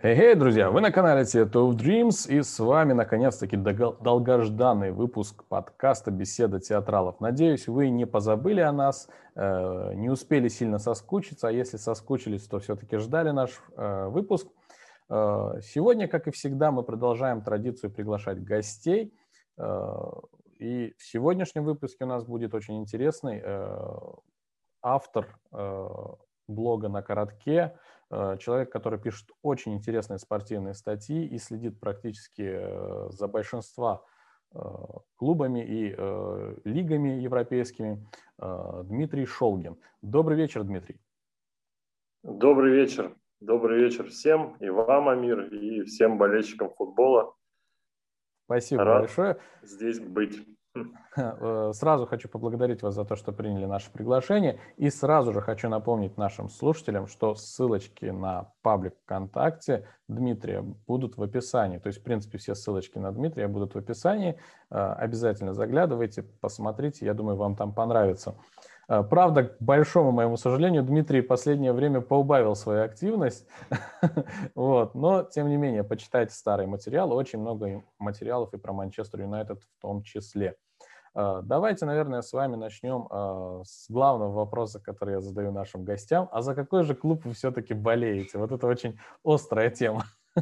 Хей-хей, друзья, вы на канале Theater of Dreams, и с вами, наконец-таки, долгожданный выпуск подкаста «Беседа театралов». Надеюсь, вы не позабыли о нас, не успели сильно соскучиться, а если соскучились, то все-таки ждали наш выпуск. Сегодня, как и всегда, мы продолжаем традицию приглашать гостей, и в сегодняшнем выпуске у нас будет очень интересный автор блога «На коротке», человек, который пишет очень интересные спортивные статьи и следит практически за большинства клубами и лигами европейскими, Дмитрий Шолгин. Добрый вечер, Дмитрий. Добрый вечер. Добрый вечер всем, и вам, Амир, и всем болельщикам футбола. Спасибо Рад большое. здесь быть. Сразу хочу поблагодарить вас за то, что приняли наше приглашение. И сразу же хочу напомнить нашим слушателям, что ссылочки на паблик ВКонтакте Дмитрия будут в описании. То есть, в принципе, все ссылочки на Дмитрия будут в описании. Обязательно заглядывайте, посмотрите. Я думаю, вам там понравится. Правда, к большому моему сожалению, Дмитрий в последнее время поубавил свою активность. Но, тем не менее, почитайте старые материалы. Очень много материалов и про Манчестер Юнайтед в том числе. Давайте, наверное, с вами начнем с главного вопроса, который я задаю нашим гостям. А за какой же клуб вы все-таки болеете? Вот это очень острая тема.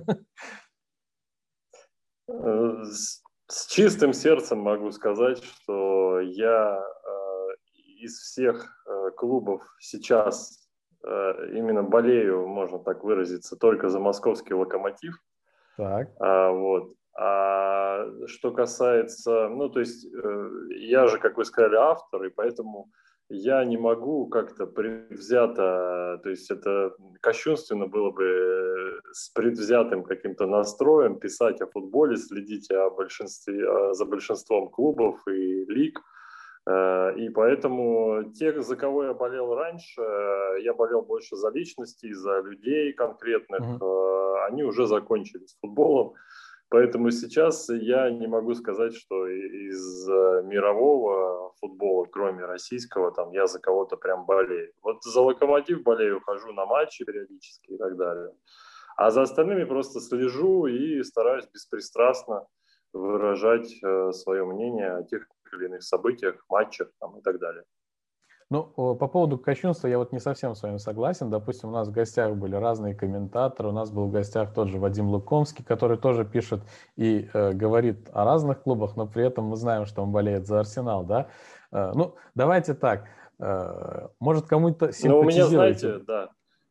С чистым сердцем могу сказать, что я из всех клубов сейчас именно болею, можно так выразиться, только за московский «Локомотив». Так. А что касается, я же, как вы сказали, автор, и поэтому я не могу как-то предвзято, то есть это кощунственно было бы с предвзятым каким-то настроем писать о футболе, следить за большинством клубов и лиг. И поэтому тех, за кого я болел раньше, я болел больше за личностей, за людей конкретных, они уже закончили с футболом. Поэтому сейчас я не могу сказать, что из мирового футбола, кроме российского, там я за кого-то прям болею. Вот за «Локомотив» болею, хожу на матчи периодически и так далее. А за остальными просто слежу и стараюсь беспристрастно выражать свое мнение о тех или иных событиях, матчах там, и так далее. Ну, по поводу кощунства я вот не совсем с вами согласен. Допустим, у нас в гостях были разные комментаторы. У нас был в гостях тот же Вадим Лукомский, который тоже пишет и говорит о разных клубах, но при этом мы знаем, что он болеет за «Арсенал», да? Давайте так. Может, кому-то Но у меня, симпатизируете? знаете, да,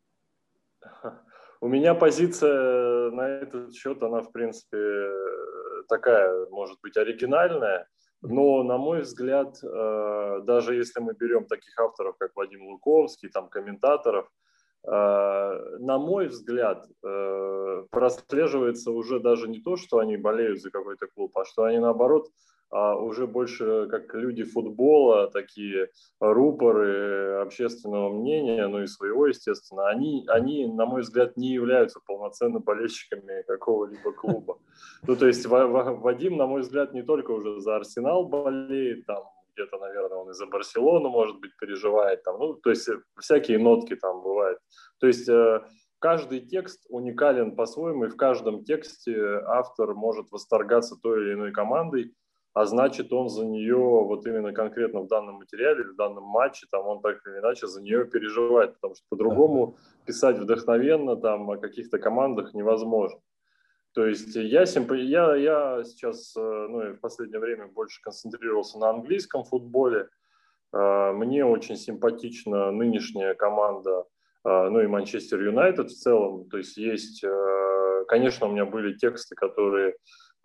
у меня позиция на этот счет, она, в принципе, такая, может быть, оригинальная, но, на мой взгляд, даже если мы берем таких авторов, как Вадим Луковский, там, комментаторов, на мой взгляд, прослеживается уже даже не то, что они болеют за какой-то клуб, а что они, наоборот, уже больше как люди футбола, такие рупоры общественного мнения, ну и своего, естественно, они, на мой взгляд, не являются полноценными болельщиками какого-либо клуба. Ну, то есть Вадим, на мой взгляд, не только уже за «Арсенал» болеет, там где-то, наверное, он и за «Барселону», может быть, переживает, там, ну, то есть всякие нотки там бывают. То есть каждый текст уникален по-своему, и в каждом тексте автор может восторгаться той или иной командой, а значит, он за нее, вот именно конкретно в данном материале, в данном матче, там он так или иначе за нее переживает, потому что по-другому писать вдохновенно там о каких-то командах невозможно. То есть я сейчас, в последнее время больше концентрировался на английском футболе. Мне очень симпатична нынешняя команда, и Манчестер Юнайтед в целом. То есть конечно, у меня были тексты, которые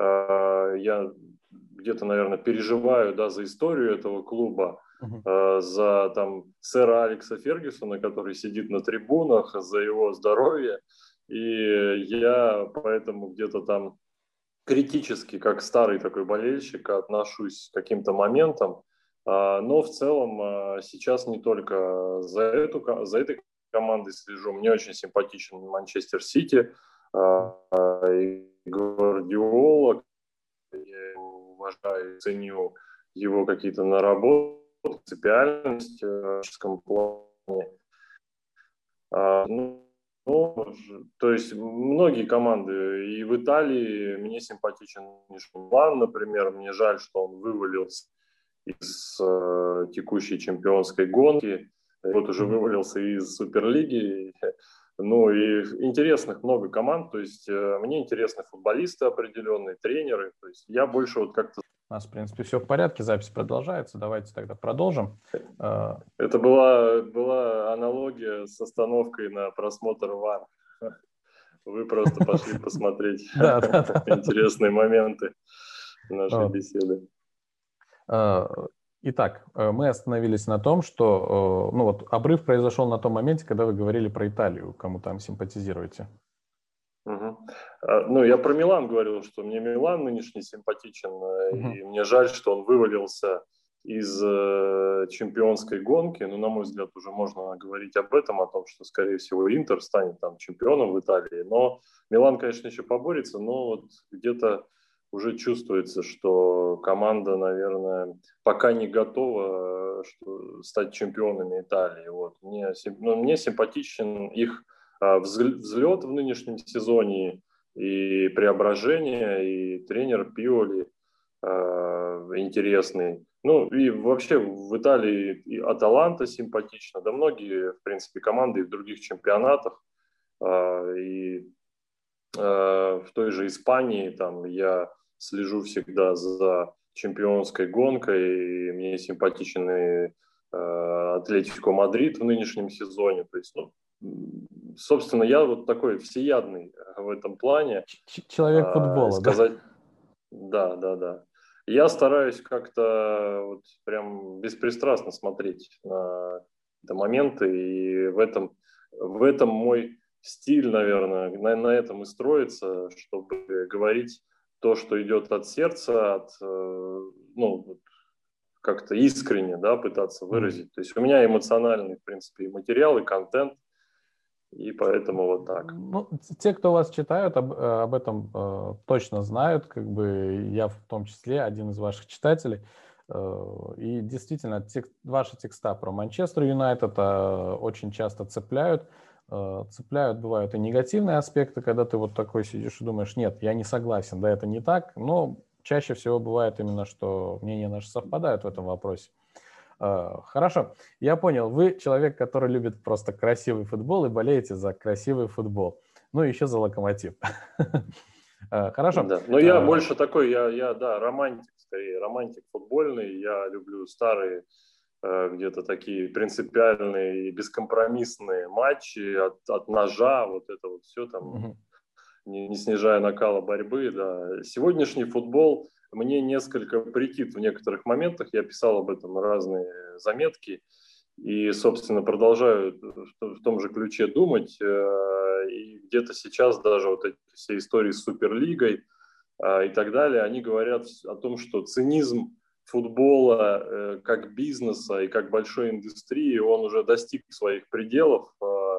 я где-то, наверное, переживаю, да, за историю этого клуба, за там сэра Алекса Фергюсона, который сидит на трибунах, за его здоровье. И я поэтому где-то там критически, как старый такой болельщик, отношусь к каким-то моментам. Но в целом сейчас не только за этой командой слежу. Мне очень симпатичен Манчестер Сити и Гвардиола. Я его уважаю, ценю его какие-то наработки, принципиальность в человеческом плане. то есть многие команды, и в Италии мне симпатичен Милан, например, мне жаль, что он вывалился из текущей чемпионской гонки, вот уже вывалился из Суперлиги. Ну и интересных много команд, то есть мне интересны футболисты определенные, тренеры, то есть я больше вот как-то... У нас, в принципе, все в порядке, запись продолжается, давайте тогда продолжим. Это была аналогия с остановкой на просмотр ВАР. Вы просто пошли посмотреть интересные моменты нашей беседы. Итак, мы остановились на том, что ну вот, обрыв произошел на том моменте, когда вы говорили про Италию, кому там симпатизируете. Ну, я про Милан говорил, что мне Милан нынешний симпатичен, и мне жаль, что он вывалился из чемпионской гонки. Но, на мой взгляд, уже можно говорить об этом, о том, что, скорее всего, Интер станет там чемпионом в Италии. Но Милан, конечно, еще поборется, но вот где-то уже чувствуется, что команда, наверное, пока не готова стать чемпионами Италии. Вот. Мне симпатичен их взлет в нынешнем сезоне и преображение, и тренер Пиоли интересный. Ну и вообще в Италии и Аталанта симпатично, да многие, в принципе, команды и в других чемпионатах. И в той же Испании там я слежу всегда за чемпионской гонкой, и мне симпатичен и Атлетико Мадрид в нынешнем сезоне. То есть, ну, собственно, я вот такой всеядный в этом плане. Человек футбола, сказать, да. Я стараюсь как-то вот прям беспристрастно смотреть на это моменты, и в этом мой стиль, наверное, на этом и строится, чтобы говорить то, что идет от сердца, ну, как-то искренне, да, пытаться выразить. То есть у меня эмоциональный, в принципе, и материал, и контент, и поэтому вот так. Ну, те, кто вас читают, об этом точно знают, как бы я в том числе один из ваших читателей. И действительно, ваши текста про Манчестер Юнайтед очень часто цепляют. Цепляют, бывают и негативные аспекты, когда ты вот такой сидишь и думаешь, нет, я не согласен, да, это не так, но чаще всего бывает именно, что мнения наши совпадают в этом вопросе. Хорошо, я понял, вы человек, который любит просто красивый футбол и болеете за красивый футбол, ну и еще за Локомотив. Хорошо. Да. Но я больше такой, да, романтик скорее, романтик футбольный, я люблю старые где-то такие принципиальные и бескомпромиссные матчи от ножа, вот это вот все там, не снижая накала борьбы. Да. Сегодняшний футбол мне несколько претит в некоторых моментах, я писал об этом разные заметки, и, собственно, продолжаю в том же ключе думать, и где-то сейчас даже вот эти все истории с Суперлигой и так далее, они говорят о том, что цинизм футбола как бизнеса и как большой индустрии, он уже достиг своих пределов,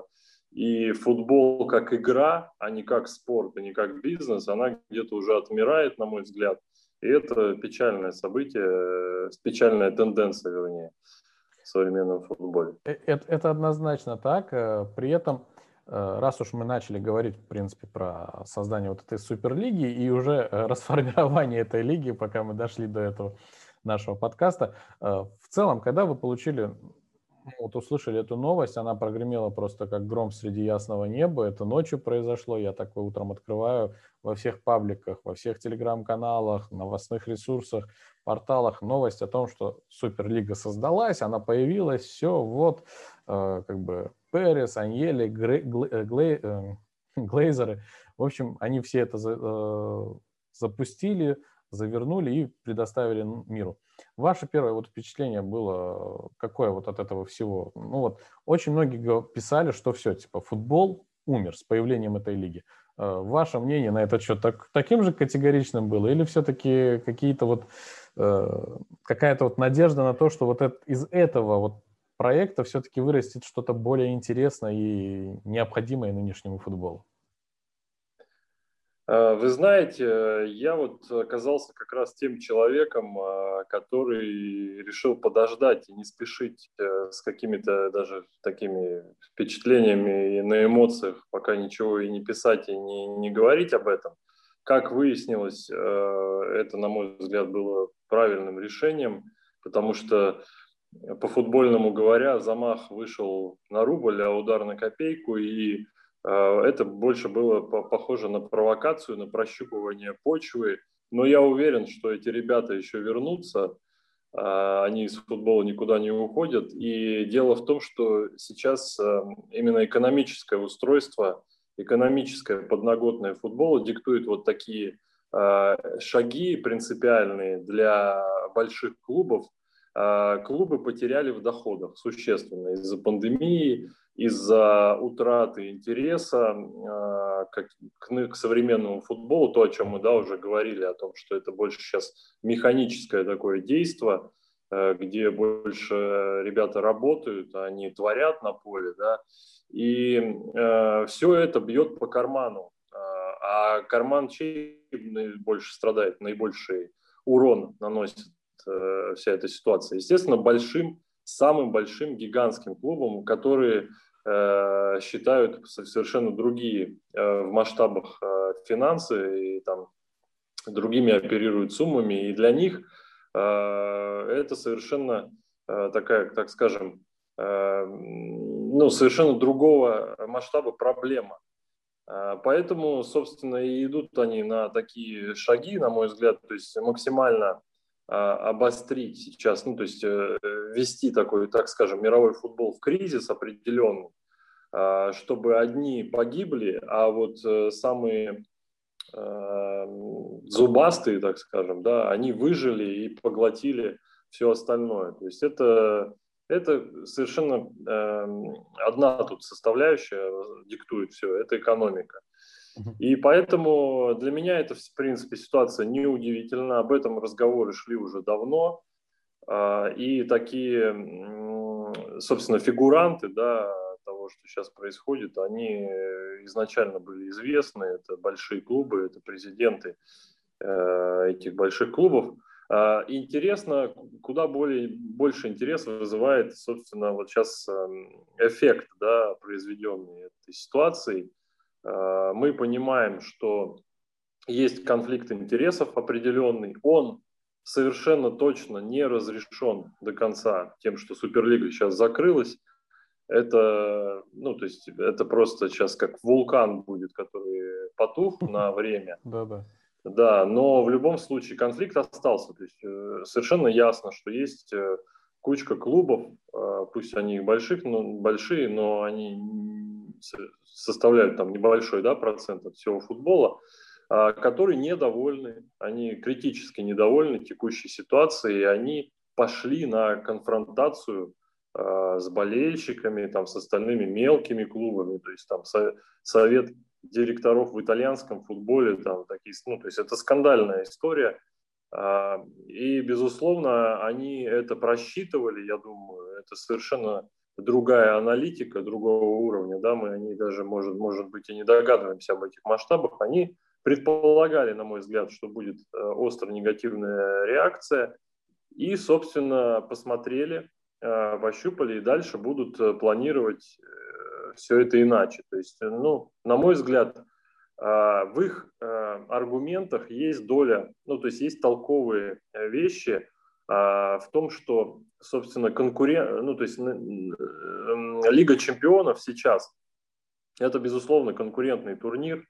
и футбол как игра, а не как спорт, и не как бизнес, она где-то уже отмирает, на мой взгляд, и это печальное событие, печальная тенденция, вернее, в современном футболе. Это однозначно так, при этом раз уж мы начали говорить, в принципе, про создание вот этой суперлиги и уже расформирование этой лиги, пока мы дошли до этого нашего подкаста, в целом, когда вы получили, вот услышали эту новость, она прогремела просто как гром среди ясного неба, это ночью произошло, я такое утром открываю во всех пабликах, во всех телеграм-каналах, новостных ресурсах, порталах новость о том, что Суперлига создалась, она появилась, все, вот, как бы Перес, Аньели, Глейзеры, в общем, они все это запустили, завернули и предоставили миру. Ваше первое вот впечатление было какое вот от этого всего? Ну вот, очень многие писали, что все, типа, футбол умер с появлением этой лиги. Ваше мнение на этот счет таким же категоричным было? Или все-таки какие-то вот, какая-то вот надежда на то, что вот из этого вот проекта все-таки вырастет что-то более интересное и необходимое нынешнему футболу? Вы знаете, я вот оказался как раз тем человеком, который решил подождать и не спешить с какими-то даже такими впечатлениями и на эмоциях, пока ничего и не писать, и не говорить об этом. Как выяснилось, это, на мой взгляд, было правильным решением, потому что, по-футбольному говоря, замах вышел на рубль, а удар на копейку, и это больше было похоже на провокацию, на прощупывание почвы. Но я уверен, что эти ребята еще вернутся. Они из футбола никуда не уходят. И дело в том, что сейчас именно экономическое устройство, экономическое подноготное футбола диктует вот такие шаги принципиальные для больших клубов. Клубы потеряли в доходах существенно из-за пандемии, из-за утраты интереса к современному футболу, то, о чем мы уже говорили, о том, что это больше сейчас механическое такое действие, где больше ребята работают, они творят на поле, да, и все это бьет по карману. А карман чей больше страдает, наибольший урон наносит вся эта ситуация? Естественно, самым большим гигантским клубом, которые считают совершенно другие в масштабах финансы и там другими оперируют суммами, и для них это совершенно такая, так скажем, совершенно другого масштаба проблема. Поэтому, собственно, и идут они на такие шаги, на мой взгляд, то есть максимально обострить сейчас, то есть ввести такой, так скажем, мировой футбол в кризис определенный, чтобы одни погибли, а вот самые зубастые, так скажем, да, они выжили и поглотили все остальное. То есть это совершенно одна тут составляющая диктует все, это экономика. И поэтому для меня это, в принципе, ситуация неудивительна. Об этом разговоры шли уже давно. И такие, собственно, фигуранты, да, того, что сейчас происходит, они изначально были известны. Это большие клубы, это президенты этих больших клубов. Интересно, больше интереса вызывает, собственно, вот сейчас эффект, да, произведенный этой ситуацией. Мы понимаем, что есть конфликт интересов определенный. Он совершенно точно не разрешен до конца тем, что Суперлига сейчас закрылась. Это, то есть это просто сейчас как вулкан будет, который потух на время. Да-да. Да, но в любом случае конфликт остался. То есть совершенно ясно, что есть кучка клубов, пусть они и большие, но они составляют там небольшой, да, процент от всего футбола, которые недовольны, они критически недовольны текущей ситуацией, и они пошли на конфронтацию с болельщиками, там, с остальными мелкими клубами, то есть там совет директоров в итальянском футболе, там такие, то есть это скандальная история, и, безусловно, они это просчитывали, я думаю, это совершенно другая аналитика, другого уровня, да, мы о ней даже, может быть, и не догадываемся об этих масштабах, они предполагали, на мой взгляд, что будет остро негативная реакция, и, собственно, посмотрели, пощупали, и дальше будут планировать все это иначе. То есть, на мой взгляд, в их аргументах есть доля, то есть есть толковые вещи в том, что, собственно, то есть Лига чемпионов сейчас это, безусловно, конкурентный турнир,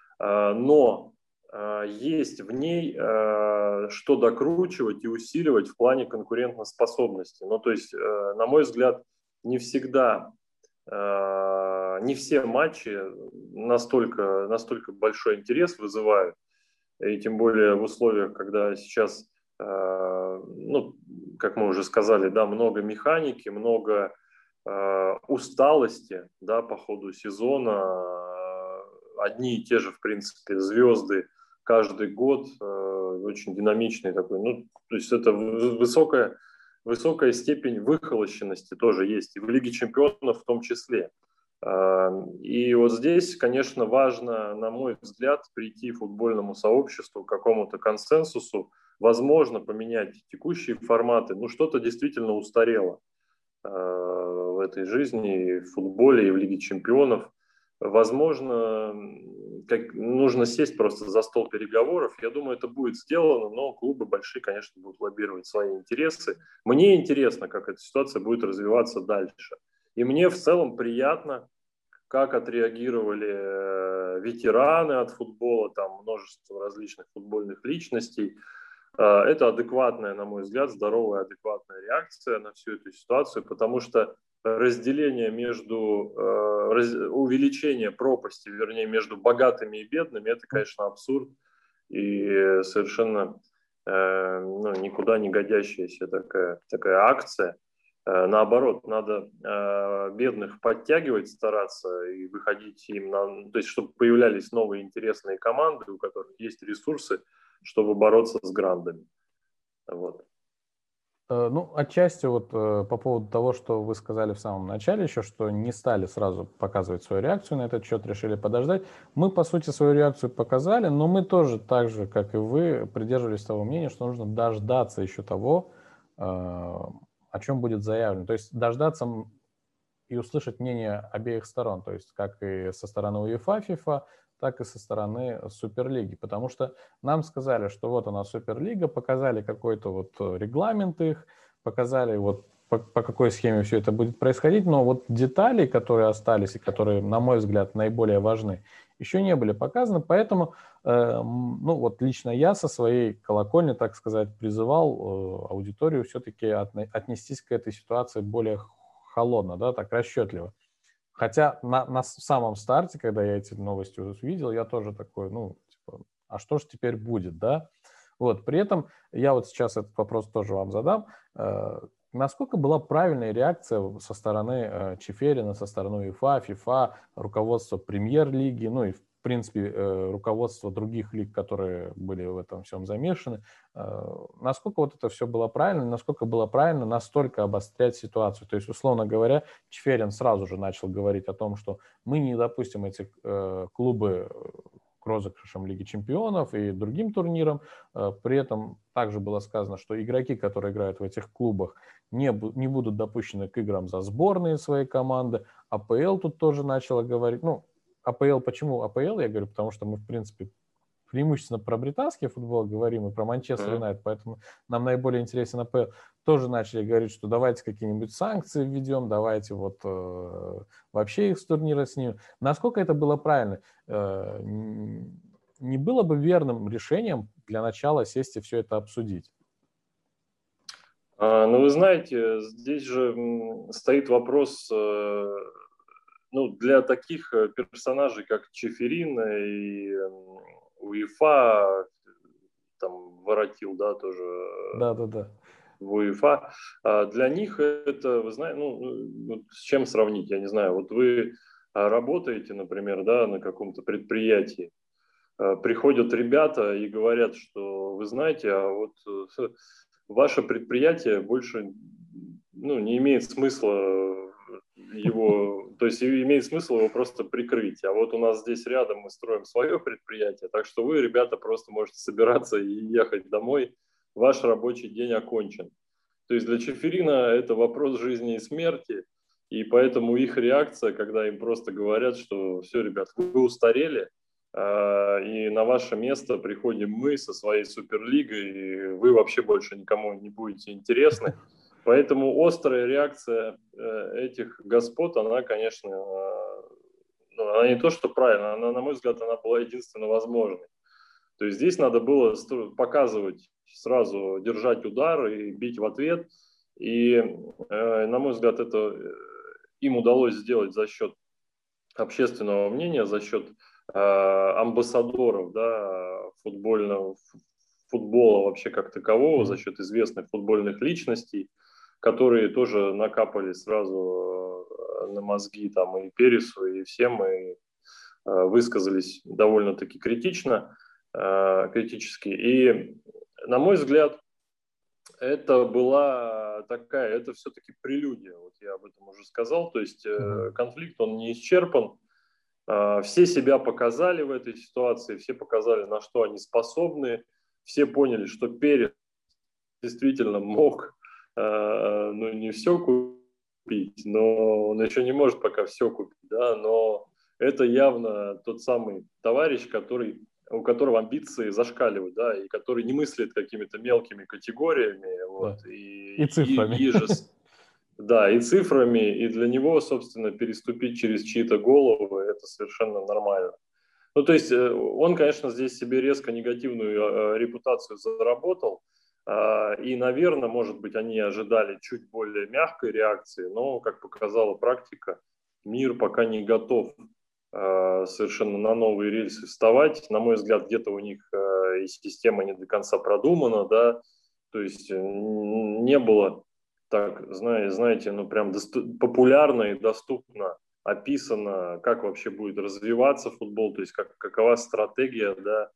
но есть в ней что докручивать и усиливать в плане конкурентоспособности. То есть, на мой взгляд, не всегда, не все матчи настолько большой интерес вызывают, и тем более в условиях, когда сейчас, как мы уже сказали, да, много механики, много усталости, да, по ходу сезона, одни и те же, в принципе, звезды каждый год, очень динамичный такой. То есть это высокая степень выхолощенности тоже есть, и в Лиге чемпионов в том числе. И вот здесь, конечно, важно, на мой взгляд, прийти футбольному сообществу к какому-то консенсусу, возможно, поменять текущие форматы. Ну, что-то действительно устарело в этой жизни, и в футболе, и в Лиге чемпионов. Возможно, нужно сесть просто за стол переговоров. Я думаю, это будет сделано, но клубы большие, конечно, будут лоббировать свои интересы. Мне интересно, как эта ситуация будет развиваться дальше. И мне в целом приятно, как отреагировали ветераны от футбола, там множество различных футбольных личностей. Это адекватная, на мой взгляд, здоровая, адекватная реакция на всю эту ситуацию, потому что разделение увеличение пропасти, вернее, между богатыми и бедными, это, конечно, абсурд и совершенно никуда не годящаяся такая акция. Наоборот, надо бедных подтягивать, стараться и выходить им то есть чтобы появлялись новые интересные команды, у которых есть ресурсы, чтобы бороться с грандами. Вот. Ну, отчасти вот по поводу того, что вы сказали в самом начале еще, что не стали сразу показывать свою реакцию на этот счет, решили подождать. Мы, по сути, свою реакцию показали, но мы тоже так же, как и вы, придерживались того мнения, что нужно дождаться еще того, о чем будет заявлено. То есть дождаться и услышать мнение обеих сторон, то есть как и со стороны УЕФА, ФИФА, так и со стороны Суперлиги. Потому что нам сказали, что вот она Суперлига, показали какой-то вот регламент их, показали вот по какой схеме все это будет происходить, но вот детали, которые остались и которые, на мой взгляд, наиболее важны, еще не были показаны, поэтому, ну вот лично я со своей колокольни, так сказать, призывал аудиторию все-таки отнестись к этой ситуации более холодно, да, так расчетливо. Хотя на самом старте, когда я эти новости увидел, я тоже такой, ну, типа, а что ж теперь будет, да? Вот, при этом я вот сейчас этот вопрос тоже вам задам. Насколько была правильная реакция со стороны Чеферина, со стороны УЕФА, ФИФА, руководства премьер-лиги, ну и в принципе руководства других лиг, которые были в этом всем замешаны? Насколько вот это все было правильно, насколько было правильно настолько обострять ситуацию? То есть, условно говоря, Чеферин сразу же начал говорить о том, что мы не допустим эти клубы к розыгрышам Лиги Чемпионов и другим турнирам. При этом также было сказано, что игроки, которые играют в этих клубах, не будут допущены к играм за сборные своей команды. АПЛ тут тоже начала говорить. Ну, АПЛ, почему АПЛ? Я говорю, потому что мы, в принципе, преимущественно про британский футбол говорим и про Манчестер Юнайтед, поэтому нам наиболее интересен АПЛ. Тоже начали говорить, что давайте какие-нибудь санкции введем, давайте вот вообще их с турнира снимем. Насколько это было правильно? Не было бы верным решением для начала сесть и все это обсудить? Ну, вы знаете, здесь же стоит вопрос, ну, для таких персонажей, как Чеферин и УЕФА, там, Воротил, да, тоже Да. в УЕФА, для них это, вы знаете, ну, с чем сравнить, я не знаю, вот вы работаете, например, да, на каком-то предприятии, приходят ребята и говорят, что вы знаете, а вот ваше предприятие больше, ну, не имеет смысла его, то есть имеет смысл его просто прикрыть. А вот у нас здесь рядом мы строим свое предприятие, так что вы, ребята, просто можете собираться и ехать домой. Ваш рабочий день окончен. То есть для Чеферина это вопрос жизни и смерти, и поэтому их реакция, когда им просто говорят, что все, ребят, вы устарели, и на ваше место приходим мы со своей суперлигой, и вы вообще больше никому не будете интересны. Поэтому острая реакция этих господ, она, конечно, ну, она не то, что правильно, она, на мой взгляд, она была единственно возможной. То есть здесь надо было показывать сразу, держать удар и бить в ответ. И, на мой взгляд, это им удалось сделать за счет общественного мнения, за счет амбассадоров, да, футбола вообще как такового, за счет известных футбольных личностей, которые тоже накапали сразу на мозги там и Пересу, и всем, и высказались довольно-таки критически. И, на мой взгляд, это была такая, это все-таки прелюдия. Вот я об этом уже сказал. То есть конфликт, он не исчерпан. Все себя показали в этой ситуации, все показали, на что они способны. Все поняли, что Перес действительно мог, ну, не все купить, но он еще не может пока все купить, да, но это явно тот самый товарищ, у которого амбиции зашкаливают, да, и который не мыслит какими-то мелкими категориями, вот, Да. И цифрами. Да, и цифрами, и для него, собственно, переступить через чьи-то головы, это совершенно нормально. Ну, то есть он, конечно, здесь себе резко негативную репутацию заработал, и, наверное, может быть, они ожидали чуть более мягкой реакции, но, как показала практика, мир пока не готов совершенно на новые рельсы вставать. На мой взгляд, где-то у них и система не до конца продумана, да, то есть не было так, знаете, ну прям популярно и доступно описано, как вообще будет развиваться футбол, то есть какова стратегия,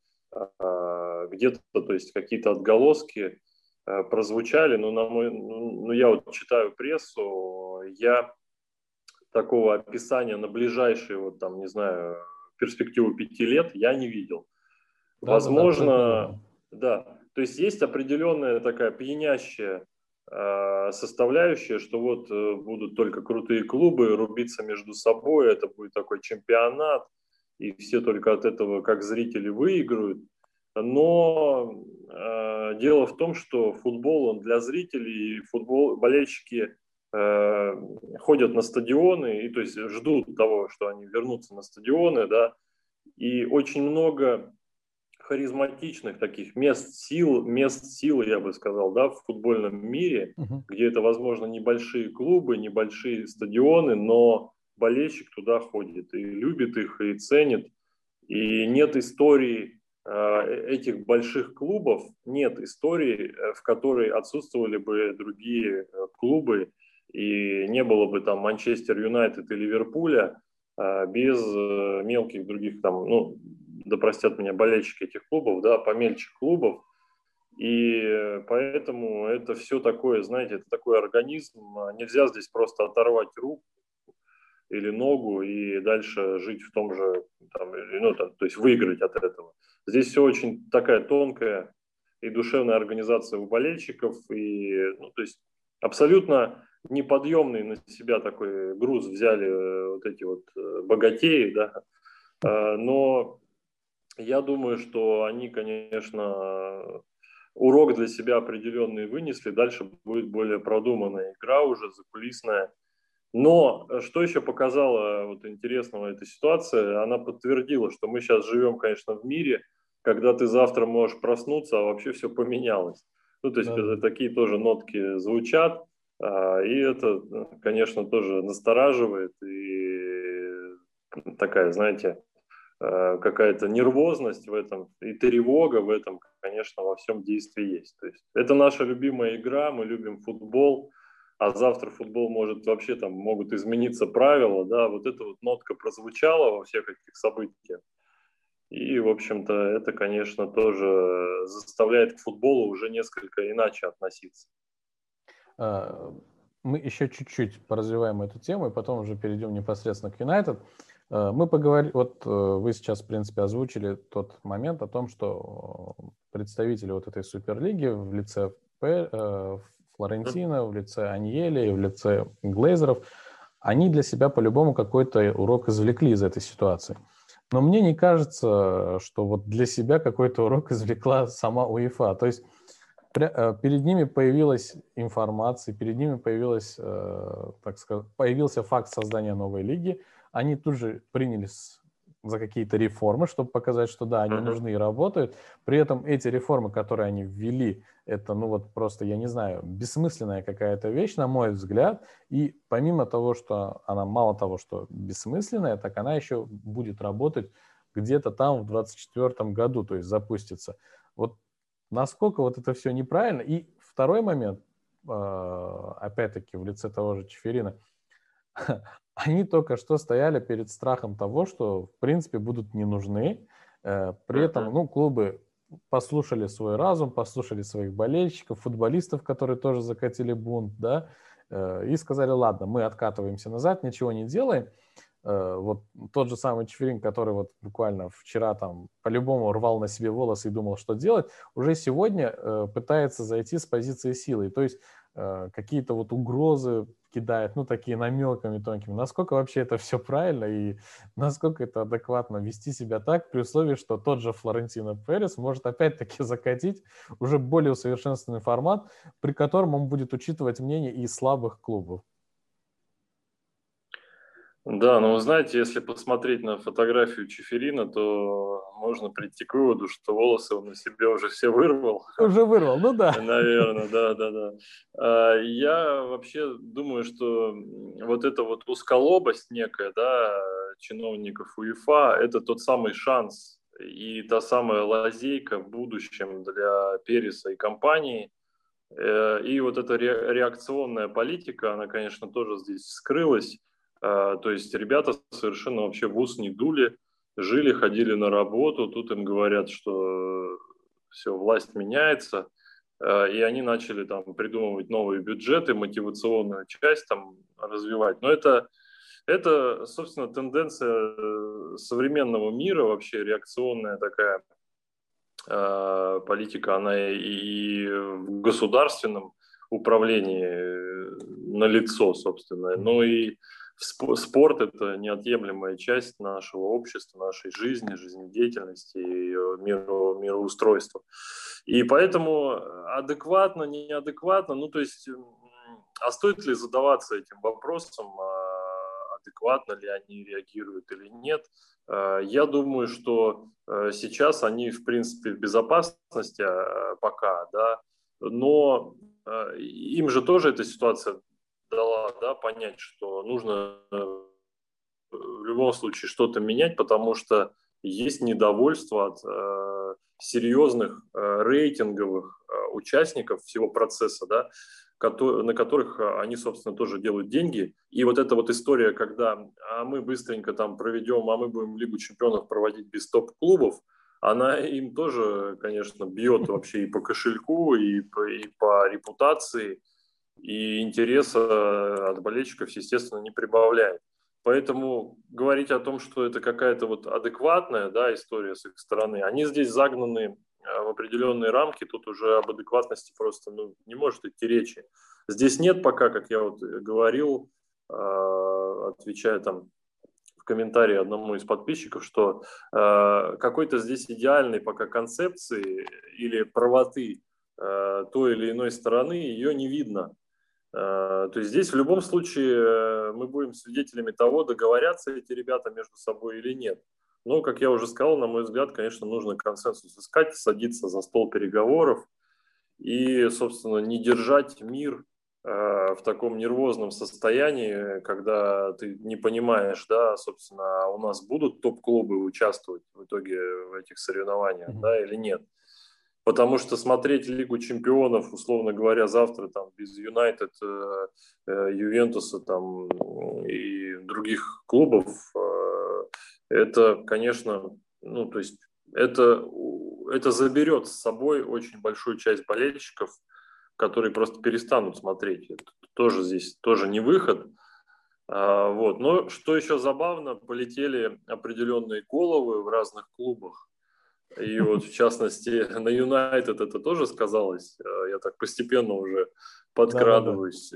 да, где-то, то есть какие-то отголоски прозвучали, но ну, я вот читаю прессу, я такого описания на ближайшие, вот там, не знаю, перспективу 5 лет я не видел. Да, абсолютно Возможно, верно. да, то есть есть определенная такая пьянящая составляющая, что вот будут только крутые клубы рубиться между собой, это будет такой чемпионат, и все только от этого как зрители выиграют. Но дело в том, что футбол он для зрителей, болельщики ходят на стадионы, и то есть ждут того, что они вернутся на стадионы, да, и очень много харизматичных таких мест силы, я бы сказал, да, в футбольном мире, Мгм. где это, возможно, небольшие клубы, небольшие стадионы, но болельщик туда ходит и любит их, и ценит. И нет истории этих больших клубов, нет истории, в которой отсутствовали бы другие клубы, и не было бы там Манчестер Юнайтед и Ливерпуля без мелких других там, ну, да простят меня болельщики этих клубов, да, помельче клубов. И поэтому это все такое, знаете, это такой организм. Нельзя здесь просто оторвать руку или ногу и дальше жить в том же, там, ну, там, то есть выиграть от этого. Здесь все очень такая тонкая и душевная организация у болельщиков, и, ну, то есть абсолютно неподъемный на себя такой груз взяли вот эти вот богатеи, да, но я думаю, что они, конечно, урок для себя определенный вынесли, дальше будет более продуманная игра уже, закулисная. Но что еще показала вот интересного эта ситуация, она подтвердила, что мы сейчас живем, конечно, в мире, когда ты завтра можешь проснуться, а вообще все поменялось. Ну, то есть Да, да. такие тоже нотки звучат, и это, конечно, тоже настораживает и такая, знаете, какая-то нервозность в этом и тревога в этом, конечно, во всем действии есть. То есть это наша любимая игра, мы любим футбол, а завтра футбол может вообще там могут измениться правила, да, вот эта вот нотка прозвучала во всех этих событиях. И, в общем-то, это, конечно, тоже заставляет к футболу уже несколько иначе относиться. А, Мы еще чуть-чуть поразвиваем эту тему, и потом уже перейдем непосредственно к Юнайтед. Мы поговорили, вот вы сейчас, в принципе, озвучили тот момент о том, что представители вот этой Суперлиги в лице Флорентино, в лице Аньели и в лице Глейзеров, они для себя по-любому какой-то урок извлекли из этой ситуации. Но мне не кажется, что вот для себя какой-то урок извлекла сама УЕФА. То есть перед ними появилась информация, перед ними так сказать, появился факт создания новой лиги. Они тут же принялись за какие-то реформы, чтобы показать, что да, они нужны и работают. При этом эти реформы, которые они ввели, это, ну вот просто, я не знаю, бессмысленная какая-то вещь, на мой взгляд. И помимо того, что она мало того, что бессмысленная, так она еще будет работать где-то там в 2024 году, то есть запустится. Вот насколько вот это все неправильно. И второй момент, опять-таки, в лице того же Чеферина, они только что стояли перед страхом того, что, в принципе, будут не нужны. При этом, ну, клубы послушали свой разум, послушали своих болельщиков, футболистов, которые тоже закатили бунт, да, и сказали, ладно, мы откатываемся назад, ничего не делаем. Вот тот же самый Чеферин, который вот буквально вчера там по-любому рвал на себе волосы и думал, что делать, уже сегодня пытается зайти с позиции силы. То есть какие-то вот угрозы кидает, ну, такие намеками тонкими. Насколько вообще это все правильно и насколько это адекватно вести себя так, при условии, что тот же Флорентино Перес может опять-таки закатить уже более усовершенствованный формат, при котором он будет учитывать мнение и слабых клубов. Да, но вы знаете, если посмотреть на фотографию Чеферина, то можно прийти к выводу, что волосы он на себе уже все вырвал. Уже вырвал, ну да. Наверное, да. Я вообще думаю, что вот эта вот узколобость некая, да, чиновников УЕФА, это тот самый шанс и та самая лазейка в будущем для Переса и компании. И вот эта реакционная политика, она, конечно, тоже здесь скрылась. То есть ребята совершенно вообще в ус не дули, жили, ходили на работу, тут им говорят, что все, власть меняется, и они начали там придумывать новые бюджеты, мотивационную часть там развивать. Но это, собственно, тенденция современного мира, вообще реакционная такая политика, она и в государственном управлении налицо, собственно. Ну и спорт – это неотъемлемая часть нашего общества, нашей жизни, жизнедеятельности и мироустройства. И поэтому адекватно, неадекватно, ну то есть, а стоит ли задаваться этим вопросом, адекватно ли они реагируют или нет? Я думаю, что сейчас они, в принципе, в безопасности пока, да, но им же тоже эта ситуация дала, да, понять, что нужно в любом случае что-то менять, потому что есть недовольство от серьезных рейтинговых участников всего процесса, да, на которых они, собственно, тоже делают деньги. И вот эта вот история, когда мы быстренько там проведем, а мы будем Лигу чемпионов проводить без топ-клубов, она им тоже, конечно, бьет вообще и по кошельку, и по репутации, и интереса от болельщиков, естественно, не прибавляет. Поэтому говорить о том, что это какая-то вот адекватная, да, история с их стороны, они здесь загнаны в определенные рамки, тут уже об адекватности просто не может идти речи. Здесь нет пока, как я вот говорил, отвечая там в комментарии одному из подписчиков, что какой-то здесь идеальной пока концепции или правоты той или иной стороны ее не видно. То есть здесь в любом случае мы будем свидетелями того, договорятся эти ребята между собой или нет. Но, как я уже сказал, на мой взгляд, конечно, нужно консенсус искать, садиться за стол переговоров и, собственно, не держать мир в таком нервозном состоянии, когда ты не понимаешь, да, собственно, у нас будут топ-клубы участвовать в итоге в этих соревнованиях, да, или нет. Потому что смотреть Лигу чемпионов, условно говоря, завтра там без Юнайтед, Ювентуса там и других клубов, это, конечно, ну, то есть это заберет с собой очень большую часть болельщиков, которые просто перестанут смотреть. Это тоже здесь тоже не выход. Вот. Но что еще забавно, полетели определенные головы в разных клубах. И вот, в частности, на Юнайтед это тоже сказалось. Я так постепенно уже подкрадываюсь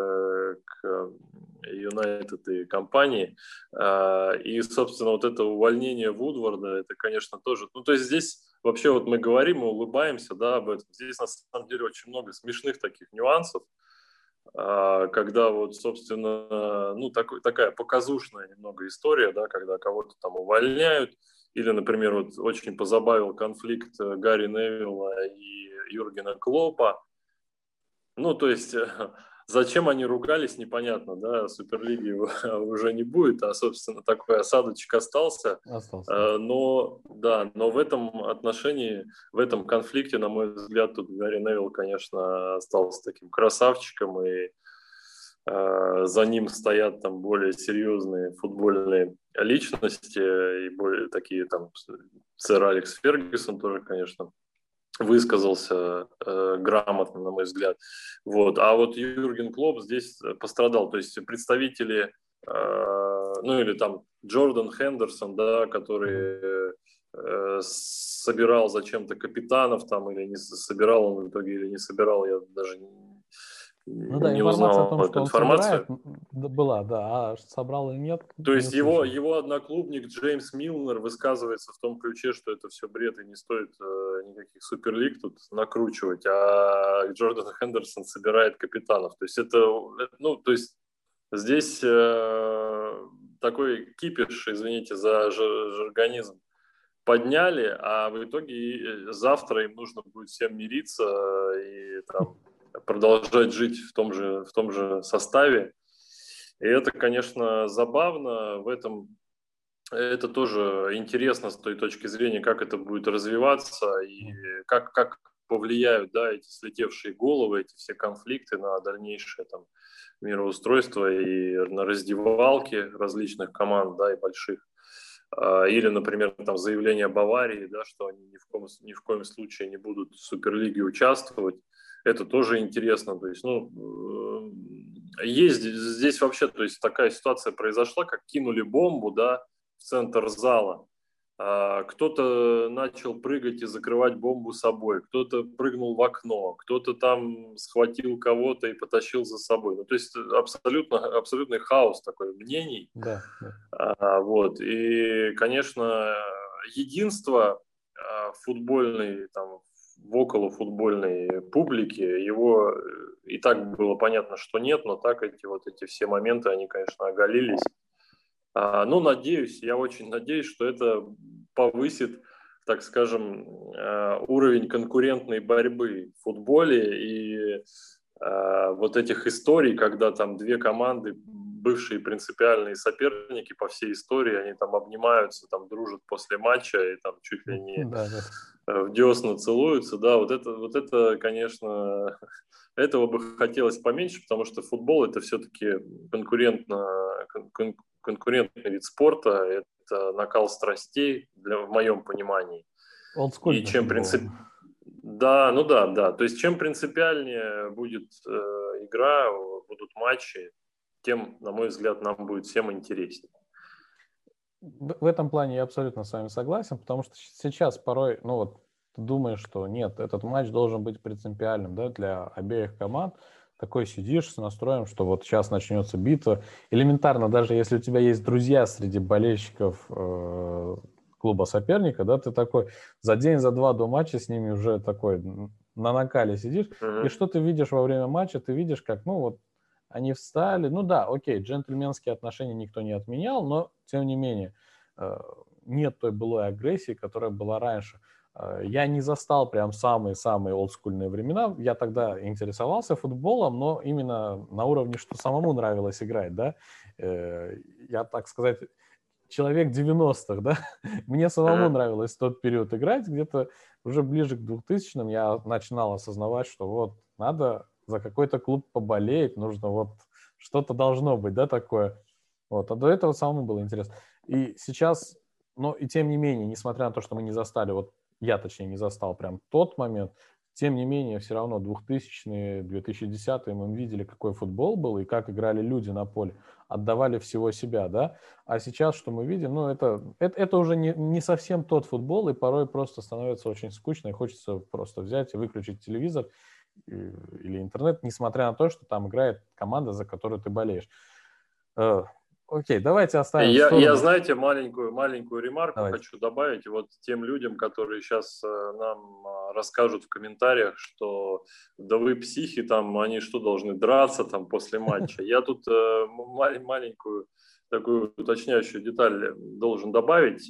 к Юнайтед и компании. И, собственно, вот это увольнение Вудварда, это, конечно, тоже... Ну, то есть здесь вообще вот мы говорим, мы улыбаемся, да, об этом. Здесь, на самом деле, очень много смешных таких нюансов, когда вот, собственно, ну, такая показушная немного история, да, когда кого-то там увольняют, или, например, вот очень позабавил конфликт Гарри Невилла и Юргена Клопа. Ну, то есть, зачем они ругались, непонятно, да, Суперлиги уже не будет, а, собственно, такой осадочек остался. Но в этом отношении, в этом конфликте, на мой взгляд, тут Гарри Невилл, конечно, остался таким красавчиком, и за ним стоят там более серьезные футбольные личности и более такие там сэр Алекс Фергюсон тоже, конечно, высказался грамотно, на мой взгляд. Вот. А вот Юрген Клопп здесь пострадал. То есть представители, ну или там Джордан Хендерсон, да, который собирал зачем-то капитанов там, или не собирал он в итоге, или не собирал, я даже Ну да, не информация о узнал том, что эту он собирает, информацию. была, да, а собрал или нет, То не есть услышал. его одноклубник Джеймс Милнер высказывается в том ключе, что это все бред и не стоит никаких суперлиг тут накручивать, а Джордан Хендерсон собирает капитанов. То есть ну, то есть здесь такой кипиш, извините за жаргонизм, подняли, а в итоге завтра им нужно будет всем мириться и там продолжать жить в том же составе. И это, конечно, забавно. В этом это тоже интересно с той точки зрения, как это будет развиваться и как повлияют, да, эти слетевшие головы, эти все конфликты на дальнейшее там мироустройство и на раздевалки различных команд, да, и больших. Или, например, там заявление Баварии, да, что они ни в коем случае не будут в Суперлиге участвовать. Это тоже интересно. То есть, ну, есть здесь вообще, то есть такая ситуация произошла, как кинули бомбу, да, в центр зала. Кто-то начал прыгать и закрывать бомбу собой, кто-то прыгнул в окно, кто-то там схватил кого-то и потащил за собой. Ну, то есть абсолютный хаос такой мнений. Да, да. Вот. И, конечно, единство футбольной, там, в околофутбольной публике, его и так было понятно, что нет, но так эти все моменты, они, конечно, оголились. Ну, надеюсь, я очень надеюсь, что это повысит, так скажем, уровень конкурентной борьбы в футболе и вот этих историй, когда там две команды, бывшие принципиальные соперники по всей истории, они там обнимаются, там дружат после матча и там чуть ли не Да, да. в десна целуются, да, вот это, конечно, этого бы хотелось поменьше, потому что футбол это все-таки конкурентный вид спорта, это накал страстей, в моем понимании. И Олдскульный чем футбол. Да, ну да, да. То есть чем принципиальнее будет игра, будут матчи, тем, на мой взгляд, нам будет всем интереснее. В этом плане я абсолютно с вами согласен, потому что сейчас порой, ну вот, ты думаешь, что нет, этот матч должен быть принципиальным, да, для обеих команд. Такой сидишь с настроем, что вот сейчас начнется битва. Элементарно, даже если у тебя есть друзья среди болельщиков клуба соперника, да, ты такой за день, за два до матча с ними уже такой на накале сидишь. И что ты видишь во время матча? Ты видишь, как, ну вот, они встали. Ну да, окей, джентльменские отношения никто не отменял, но тем не менее нет той былой агрессии, которая была раньше. Я не застал прям самые-самые олдскульные времена. Я тогда интересовался футболом, но именно на уровне, что самому нравилось играть, да. Я, так сказать, человек 90-х, да. Мне самому нравилось в тот период играть. Где-то уже ближе к 2000-м я начинал осознавать, что вот надо за какой-то клуб поболеть, нужно вот что-то должно быть, да, такое. Вот. А до этого самому было интересно. И сейчас, но и тем не менее, несмотря на то, что мы не застали, вот я, точнее, не застал прям тот момент, тем не менее, все равно 2000-е, 2010-е мы видели, какой футбол был и как играли люди на поле, отдавали всего себя, да. А сейчас, что мы видим, ну, это уже не совсем тот футбол, и порой просто становится очень скучно, и хочется просто взять и выключить телевизор или интернет, несмотря на то, что там играет команда, за которую ты болеешь. Окей, давайте оставим в Я, сторону. знаете, маленькую ремарку Давайте. хочу добавить. Вот тем людям, которые сейчас нам расскажут в комментариях, что да вы психи, там, они что, должны драться там после матча. Я тут маленькую такую уточняющую деталь должен добавить.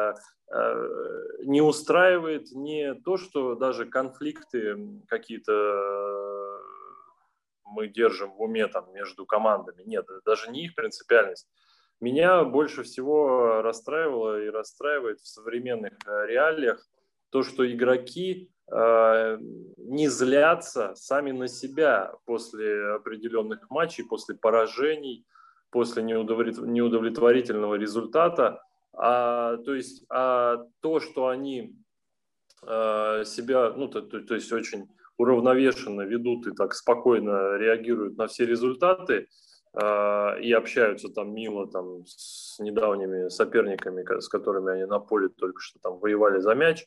Не устраивает не то, что даже конфликты какие-то мы держим в уме там между командами. Нет, даже не их принципиальность. Меня больше всего расстраивало и расстраивает в современных реалиях то, что игроки не злятся сами на себя после определенных матчей, после поражений, после неудовлетворительного результата. То есть то, что они себя, ну, то есть очень уравновешенно ведут и так спокойно реагируют на все результаты и общаются там мило там с недавними соперниками, с которыми они на поле только что там воевали за мяч.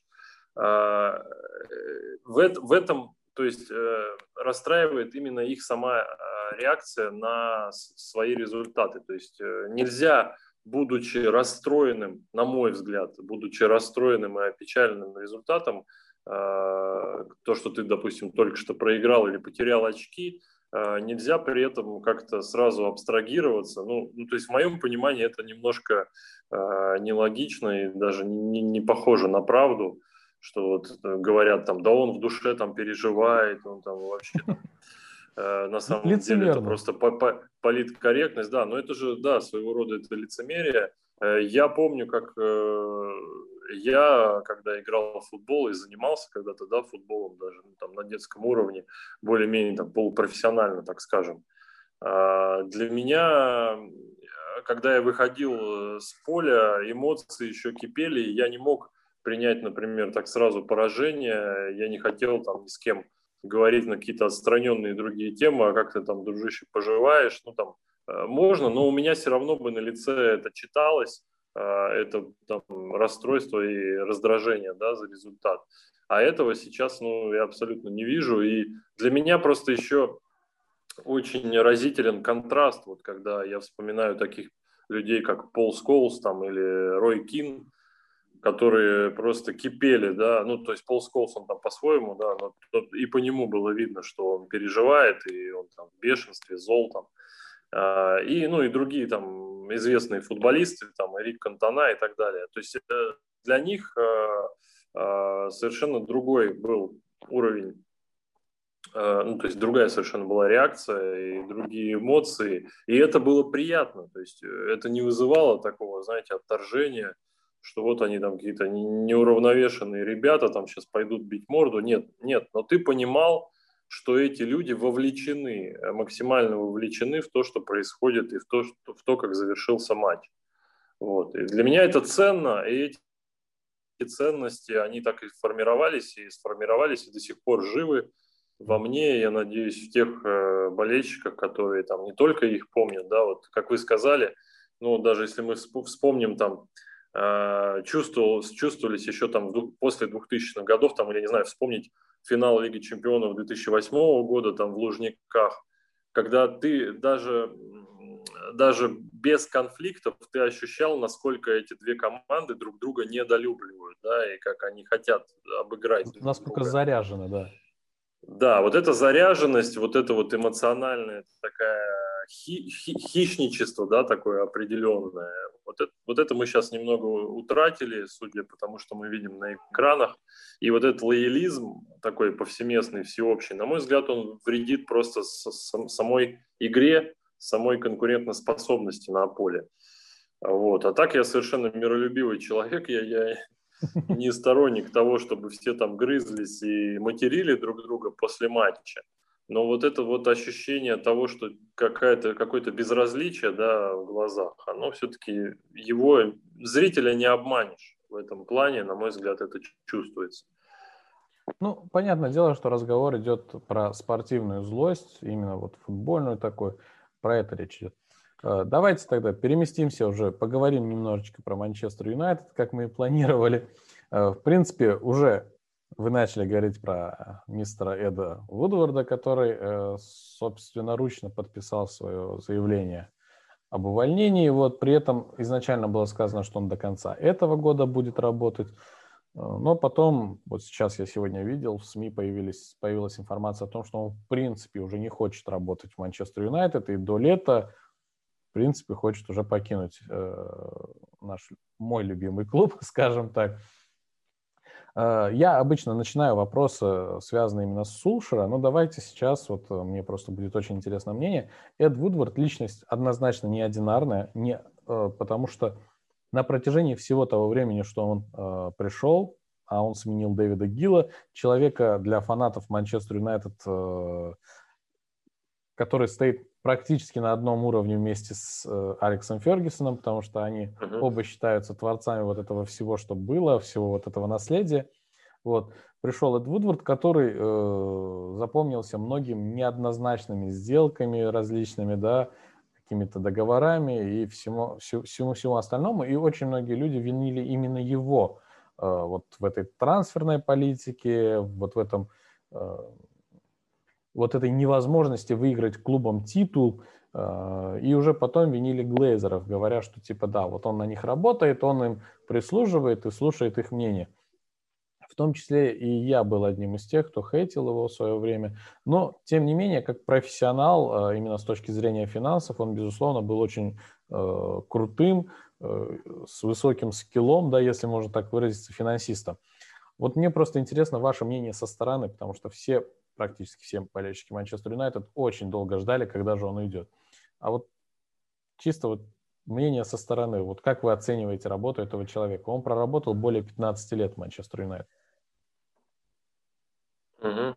В этом, то есть расстраивает именно их сама реакция на свои результаты. То есть нельзя, будучи расстроенным, на мой взгляд, будучи расстроенным и опечаленным результатом, то, что ты, допустим, только что проиграл или потерял очки, нельзя при этом как-то сразу абстрагироваться. Ну, то есть в моем понимании это немножко нелогично и даже не похоже на правду, что вот говорят там, да он в душе там переживает, он там вообще там на самом деле это Лицемерно. просто политкорректность, да, но это же, да, своего рода это лицемерие. Я помню, как я, когда играл в футбол и занимался когда-то, да, футболом даже ну, там, на детском уровне, более-менее там, полупрофессионально, так скажем, для меня, когда я выходил с поля, эмоции еще кипели, и я не мог принять, например, так сразу поражение, я не хотел там ни с кем говорить на какие-то отстраненные другие темы, а как ты там, дружище, поживаешь, ну там можно, но у меня все равно бы на лице это читалось, это там расстройство и раздражение, да, за результат. А этого сейчас, ну, я абсолютно не вижу, и для меня просто еще очень разителен контраст, вот когда я вспоминаю таких людей, как Пол Сколс там или Рой Кин, которые просто кипели, да, ну, то есть Пол Сколс, он там по-своему, да, но и по нему было видно, что он переживает, и он там в бешенстве, зол там, и, ну, и другие там известные футболисты, там, Эрик Кантона и так далее. То есть для них совершенно другой был уровень, ну, то есть другая совершенно была реакция и другие эмоции, и это было приятно, то есть это не вызывало такого, знаете, отторжения, что вот они там какие-то неуравновешенные ребята там сейчас пойдут бить морду. Нет, нет, но ты понимал, что эти люди вовлечены, максимально вовлечены в то, что происходит, и в то как завершился матч. Вот. И для меня это ценно, и эти ценности, они так и сформировались, и до сих пор живы во мне, я надеюсь, в тех болельщиках, которые там не только их помнят, да, вот как вы сказали, ну, даже если мы вспомним там, чувствовались еще там после 2000-х годов, там, или, не знаю, вспомнить финал Лиги Чемпионов 2008 года там в Лужниках, когда ты даже без конфликтов ты ощущал, насколько эти две команды друг друга недолюбливают, да, и как они хотят обыграть друг Насколько друга. заряжено, да. Да, вот эта заряженность, вот это вот эмоциональная такая хищничество, да, такое определенное. Вот это мы сейчас немного утратили, судя по тому, что мы видим на экранах. И вот этот лоялизм такой повсеместный, всеобщий, на мой взгляд, он вредит просто самой игре, самой конкурентоспособности на поле. Вот. А так я совершенно миролюбивый человек, я не сторонник того, чтобы все там грызлись и материли друг друга после матча. Но вот это вот ощущение того, что какое-то безразличие, да, в глазах, оно все-таки его зрителя не обманешь. В этом плане, на мой взгляд, это чувствуется. Ну, понятное дело, что разговор идет про спортивную злость, именно вот футбольную такую, про это речь идет. Давайте тогда переместимся уже, поговорим немножечко про Манчестер Юнайтед, как мы и планировали. В принципе, уже вы начали говорить про мистера Эда Вудварда, который собственноручно подписал свое заявление об увольнении. Вот при этом изначально было сказано, что он до конца этого года будет работать. Но потом, вот сейчас я сегодня видел, в СМИ появилась информация о том, что он в принципе уже не хочет работать в Манчестер Юнайтед, и до лета, в принципе, хочет уже покинуть мой любимый клуб, скажем так. Я обычно начинаю вопросы, связанные именно с Сулшера, но давайте сейчас, вот мне просто будет очень интересное мнение. Эд Вудвард личность однозначно неординарная, потому что на протяжении всего того времени, что он пришел, а он сменил Дэвида Гилла, человека для фанатов Манчестер Юнайтед, который стоит практически на одном уровне вместе с Алексом Фергюсоном, потому что они оба считаются творцами вот этого всего, что было, всего вот этого наследия. Вот. Пришел Эд Вудвард, который запомнился многим неоднозначными сделками различными, да, какими-то договорами и всему остальному. И очень многие люди винили именно его вот в этой трансферной политике, вот в этом, вот этой невозможности выиграть клубом титул. И уже потом винили Глейзеров, говоря, что типа да, вот он на них работает, он им прислуживает и слушает их мнение. В том числе и я был одним из тех, кто хейтил его в свое время. Но, тем не менее, как профессионал, именно с точки зрения финансов, он, безусловно, был очень крутым, с высоким скиллом, да, если можно так выразиться, финансистом. Вот мне просто интересно ваше мнение со стороны, потому что практически все болельщики Манчестер Юнайтед очень долго ждали, когда же он уйдет. А вот чисто вот мнение со стороны, вот как вы оцениваете работу этого человека? Он проработал более 15 лет в Манчестер Юнайтед. Угу.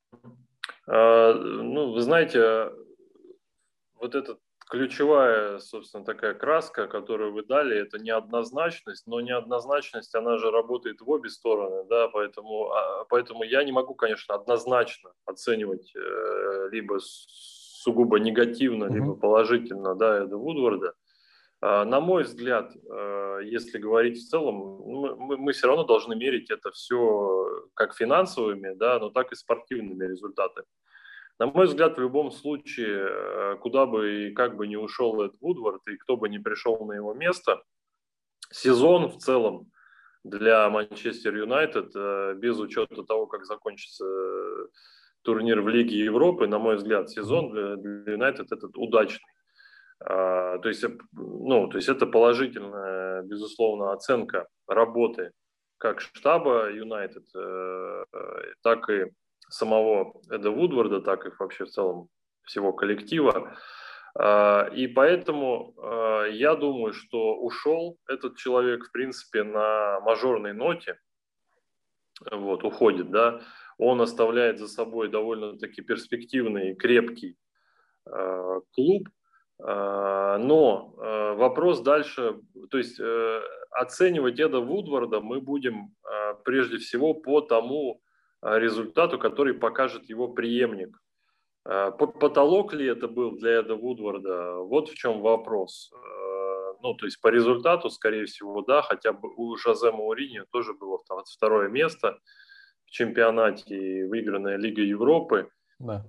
Ну, вы знаете, вот эта ключевая, собственно, такая краска, которую вы дали, это неоднозначность, но неоднозначность, она же работает в обе стороны, да, поэтому я не могу, конечно, однозначно оценивать либо сугубо негативно, либо положительно, да, Эда Вудварда. На мой взгляд, если говорить в целом, мы все равно должны мерить это все как финансовыми, да, но так и спортивными результатами. На мой взгляд, в любом случае, куда бы и как бы ни ушел Эд Вудвард, и кто бы ни пришел на его место, сезон в целом для Манчестер Юнайтед, без учета того, как закончится турнир в Лиге Европы, на мой взгляд, сезон для Юнайтед этот удачный. То есть это положительная, безусловно, оценка работы как штаба Юнайтед, так и самого Эда Вудварда, так и вообще в целом всего коллектива. И поэтому я думаю, что ушел этот человек, в принципе, на мажорной ноте, вот, уходит, да, он оставляет за собой довольно-таки перспективный и крепкий клуб. Но вопрос дальше, то есть оценивать Эда Вудварда мы будем прежде всего по тому результату, который покажет его преемник. Потолок ли это был для Эда Вудварда? Вот в чем вопрос. Ну, то есть по результату, скорее всего, да, хотя бы у Жозе Мауриньо тоже было второе место в чемпионате и выигранная Лига Европы. Да.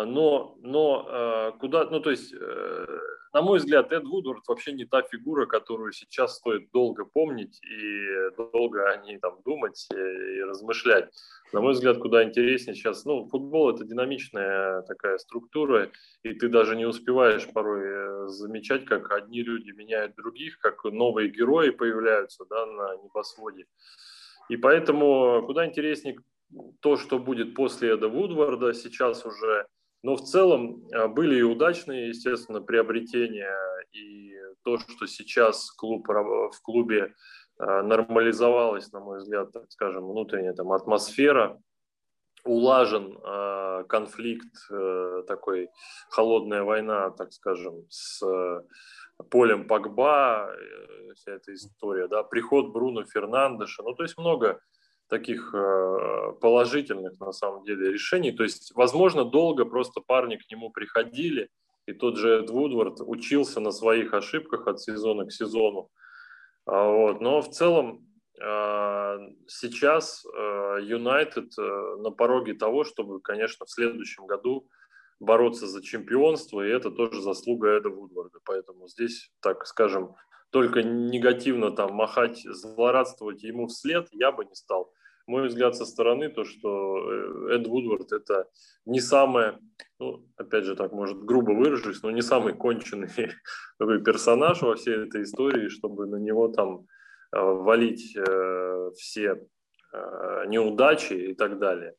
Но куда, ну то есть, на мой взгляд, Эд Вудвард вообще не та фигура, которую сейчас стоит долго помнить и долго о ней там думать и размышлять. На мой взгляд, куда интереснее сейчас, ну, футбол — это динамичная такая структура, и ты даже не успеваешь порой замечать, как одни люди меняют других, как новые герои появляются, да, на небосводе. И поэтому куда интереснее то, что будет после Эда Вудварда сейчас уже. Но в целом были и удачные, естественно, приобретения, и то, что сейчас в клубе нормализовалась, на мой взгляд, так скажем, внутренняя там атмосфера, улажен конфликт, такой холодная война, так скажем, с Полем Погба, вся эта история, да, приход Бруно Фернандеша, ну, то есть много таких положительных, на самом деле, решений. То есть, возможно, долго просто парни к нему приходили, и тот же Эд Вудвард учился на своих ошибках от сезона к сезону. Вот. Но в целом сейчас Юнайтед на пороге того, чтобы, конечно, в следующем году бороться за чемпионство, и это тоже заслуга Эда Вудварда. Поэтому здесь, так скажем, только негативно там махать, злорадствовать ему вслед я бы не стал. Мой взгляд со стороны, то, что Эд Вудвард — это не самое, ну, опять же, так, может, грубо выражусь, но не самый конченый такой персонаж во всей этой истории, чтобы на него там валить все неудачи и так далее.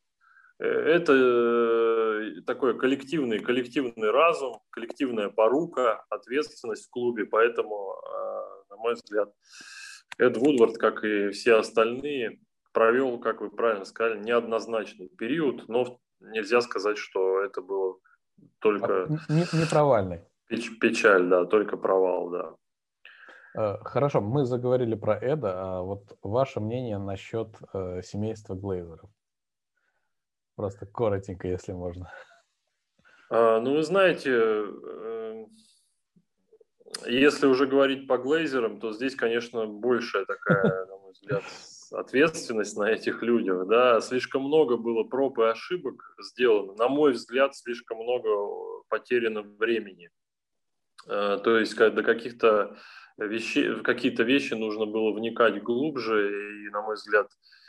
Это такой коллективный разум, коллективная порука, ответственность в клубе. Поэтому, на мой взгляд, Эд Вудвард, как и все остальные, провел, как вы правильно сказали, неоднозначный период, но нельзя сказать, что это было только не провальный. Печаль, да, только провал, да. Хорошо, мы заговорили про Эда, а вот ваше мнение насчет семейства Глейзеров? Просто коротенько, если можно. Ну, вы знаете, если уже говорить по Глейзерам, то здесь, конечно, большая такая, на мой взгляд, ответственность на этих людях. Да? Слишком много было проб и ошибок сделано. На мой взгляд, слишком много потеряно времени. То есть до каких-то вещей, в какие-то вещи нужно было вникать глубже. И, на мой взгляд,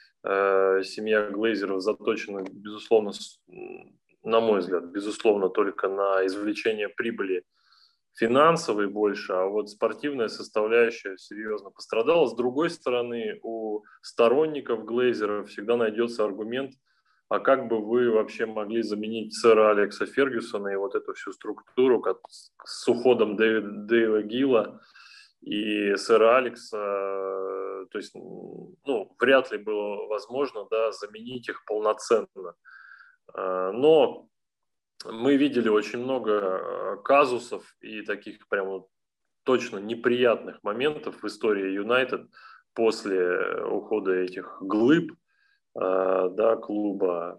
семья Глейзеров заточена, безусловно, на мой взгляд, безусловно, только на извлечение прибыли финансовой больше, а вот спортивная составляющая серьезно пострадала. С другой стороны, у сторонников Глейзеров всегда найдется аргумент, а как бы вы вообще могли заменить сэра Алекса Фергюсона и вот эту всю структуру с уходом Дэйва Гилла и сэра Алекса, то есть, ну, вряд ли было возможно, да, заменить их полноценно. Но мы видели очень много казусов и таких прям вот точно неприятных моментов в истории Юнайтед после ухода этих глыб, да, клуба.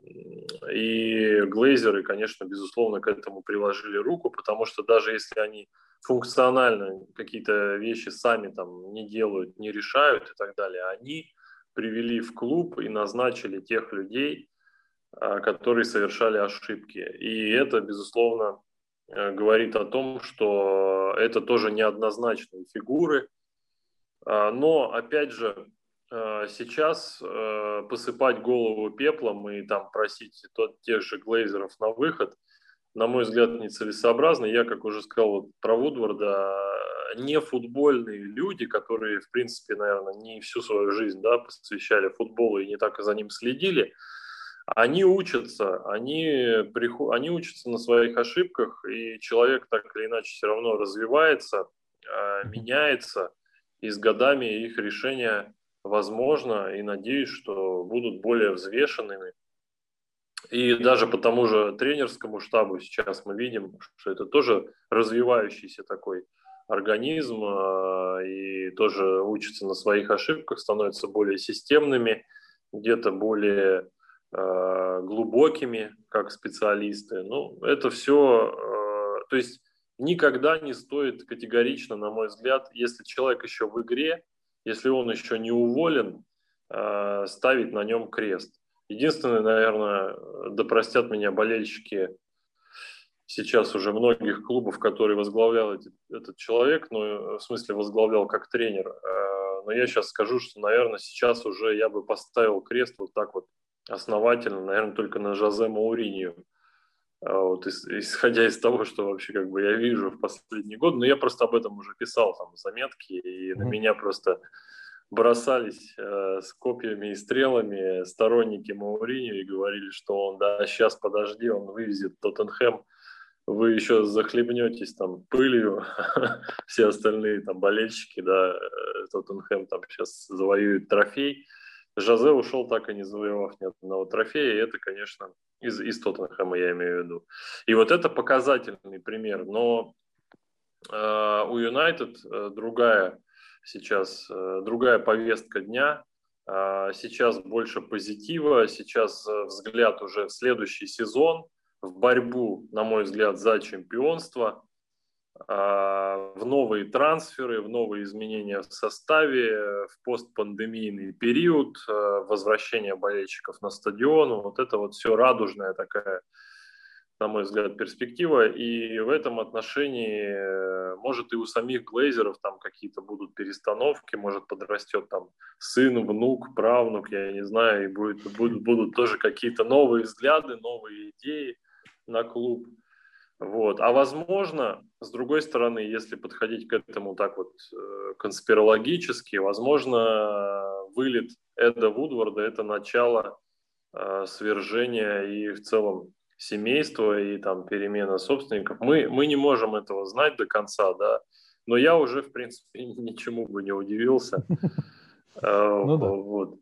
И Глейзеры, конечно, безусловно, к этому приложили руку, потому что даже если они функционально какие-то вещи сами там не делают, не решают и так далее, они привели в клуб и назначили тех людей, которые совершали ошибки. И это, безусловно, говорит о том, что это тоже неоднозначные фигуры. Но, опять же, сейчас посыпать голову пеплом и там просить тех же Глейзеров на выход, на мой взгляд, нецелесообразно. Я, как уже сказал вот про Вудварда, не футбольные люди, которые, в принципе, наверное, не всю свою жизнь, да, посвящали футболу и не так за ним следили, они учатся, они учатся на своих ошибках, и человек так или иначе все равно развивается, меняется, и с годами их решения возможно, и надеюсь, что будут более взвешенными. И даже по тому же тренерскому штабу сейчас мы видим, что это тоже развивающийся такой организм, и тоже учатся на своих ошибках, становятся более системными, где-то более глубокими, как специалисты. Ну, это все, то есть никогда не стоит категорично, на мой взгляд, если человек еще в игре, если он еще не уволен, ставить на нем крест. Единственное, наверное, да простят меня болельщики сейчас уже многих клубов, которые возглавлял этот человек, ну, в смысле возглавлял как тренер. Но я сейчас скажу, что, наверное, сейчас уже я бы поставил крест вот так вот основательно, наверное, только на Жозе Мауриньо. Вот, исходя из того, что вообще как бы я вижу в последний год, но я просто об этом уже писал там заметки, и на меня просто бросались с копьями и стрелами сторонники Мауриньо и говорили, что он, да, сейчас подожди, он вывезет Тоттенхэм, вы еще захлебнетесь там пылью, все остальные там болельщики, да, Тоттенхэм там сейчас завоюет трофей. Жозе ушел, так и не завоевав ни одного трофея, и это, конечно, из Тоттенхэма я имею в виду. И вот это показательный пример, но у Юнайтед другая повестка дня, сейчас больше позитива, сейчас взгляд уже в следующий сезон, в борьбу, на мой взгляд, за чемпионство, в новые трансферы, в новые изменения в составе, в постпандемийный период, возвращение болельщиков на стадион. Вот это вот все радужная такая, на мой взгляд, перспектива. И в этом отношении, может, и у самих Глейзеров там какие-то будут перестановки, может, подрастет там сын, внук, правнук, я не знаю, и будут тоже какие-то новые взгляды, новые идеи на клуб. Вот. А возможно, с другой стороны, если подходить к этому так вот конспирологически, возможно, вылет Эда Вудварда – это начало свержения и в целом семейства, и там перемена собственников. Мы не можем этого знать до конца, да, но я уже, в принципе, ничему бы не удивился. Ну да. Вот.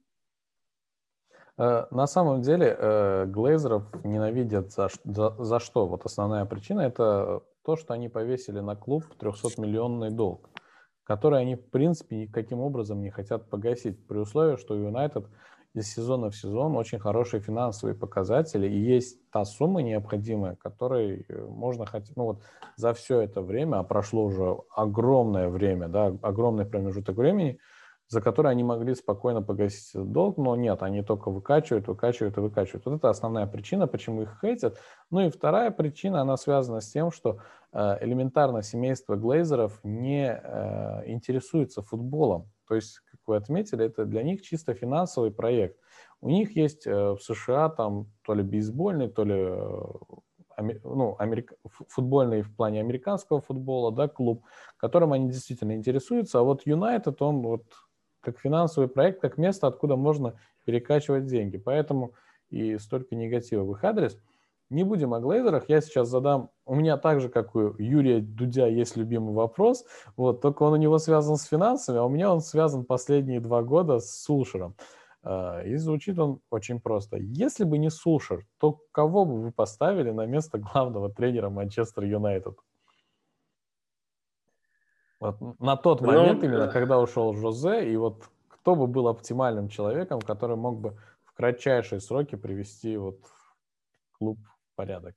На самом деле Глейзеров ненавидят за что? Вот основная причина – это то, что они повесили на клуб 300-миллионный долг, которые они, в принципе, никаким образом не хотят погасить, при условии, что у Юнайтед из сезона в сезон очень хорошие финансовые показатели, и есть та сумма необходимая, которой можно хотеть, ну вот за все это время, а прошло уже огромное время, да, огромный промежуток времени, за который они могли спокойно погасить этот долг, но нет, они только выкачивают, выкачивают и выкачивают. Вот это основная причина, почему их хейтят. Ну и вторая причина, она связана с тем, что элементарно семейство Глейзеров не интересуется футболом. То есть, как вы отметили, это для них чисто финансовый проект. У них есть в США там то ли бейсбольный, то ли ну, футбольный в плане американского футбола, да, клуб, которым они действительно интересуются. А вот Юнайтед, он вот как финансовый проект, как место, откуда можно перекачивать деньги. Поэтому и столько негатива в их адрес. Не будем о Глейзерах. Я сейчас задам... У меня так же, как у Юрия Дудя, есть любимый вопрос. Вот, только он у него связан с финансами, а у меня он связан последние 2 года с Сулшером. И звучит он очень просто. Если бы не Сулшер, то кого бы вы поставили на место главного тренера Манчестер Юнайтед? Вот на тот момент, именно когда ушел Жозе, и вот кто бы был оптимальным человеком, который мог бы в кратчайшие сроки привести вот клуб в порядок?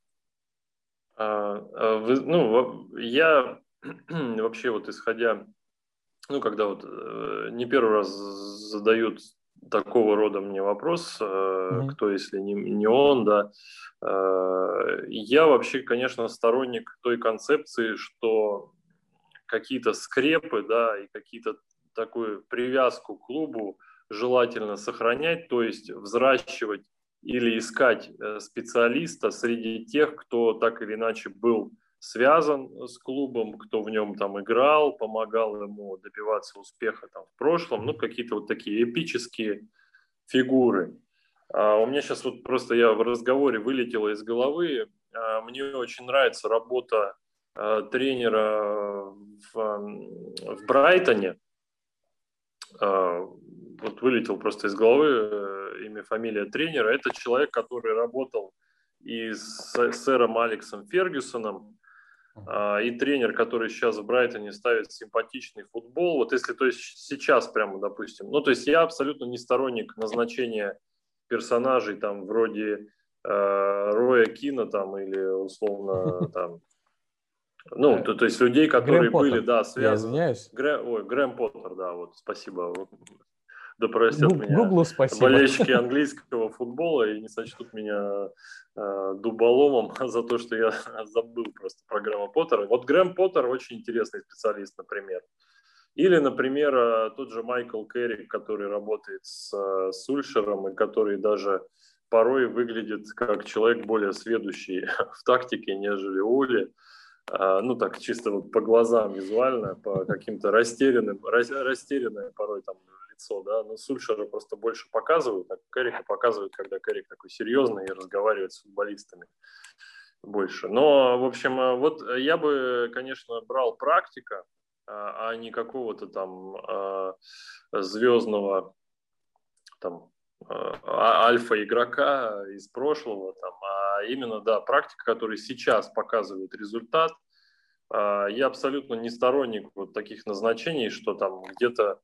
Я вообще вот исходя, когда вот не первый раз задают такого рода мне вопрос, кто, если не он, да, я вообще, конечно, сторонник той концепции, что какие-то скрепы, да, и какие-то такую привязку к клубу желательно сохранять, то есть взращивать или искать специалиста среди тех, кто так или иначе был связан с клубом, кто в нем там играл, помогал ему добиваться успеха там в прошлом, ну, какие-то вот такие эпические фигуры. У меня сейчас вот просто я в разговоре вылетело из головы, мне очень нравится работа тренера в Брайтоне. Вот вылетел просто из головы имя, фамилия тренера. Это человек, который работал и с сэром Алексом Фергюсоном, и тренер, который сейчас в Брайтоне ставит симпатичный футбол. Вот если, то есть сейчас прямо, допустим, ну, то есть я абсолютно не сторонник назначения персонажей там вроде Роя Кина там или условно там, ну, то есть людей, которые были, да, связаны. Я извиняюсь. Грэм Поттер, да, вот, спасибо. Да простят меня Гуглу спасибо. болельщики английского футбола и не сочтут меня дуболомом за то, что я забыл просто про Грэма Поттера. Вот Грэм Поттер очень интересный специалист, например. Или, например, тот же Майкл Керрик, который работает с Сульшером и который даже порой выглядит как человек более сведущий в тактике, нежели Ули. Ну, так, чисто вот по глазам визуально, по каким-то растерянное порой там лицо, да, но Сульшера просто больше показывают, а Керрика показывают, когда Керрик такой серьезный и разговаривает с футболистами больше. Но, в общем, вот я бы, конечно, брал практика, а не какого-то там звездного там альфа-игрока из прошлого, там, а именно, да, практика, который сейчас показывает результат. Я абсолютно не сторонник вот таких назначений, что там где-то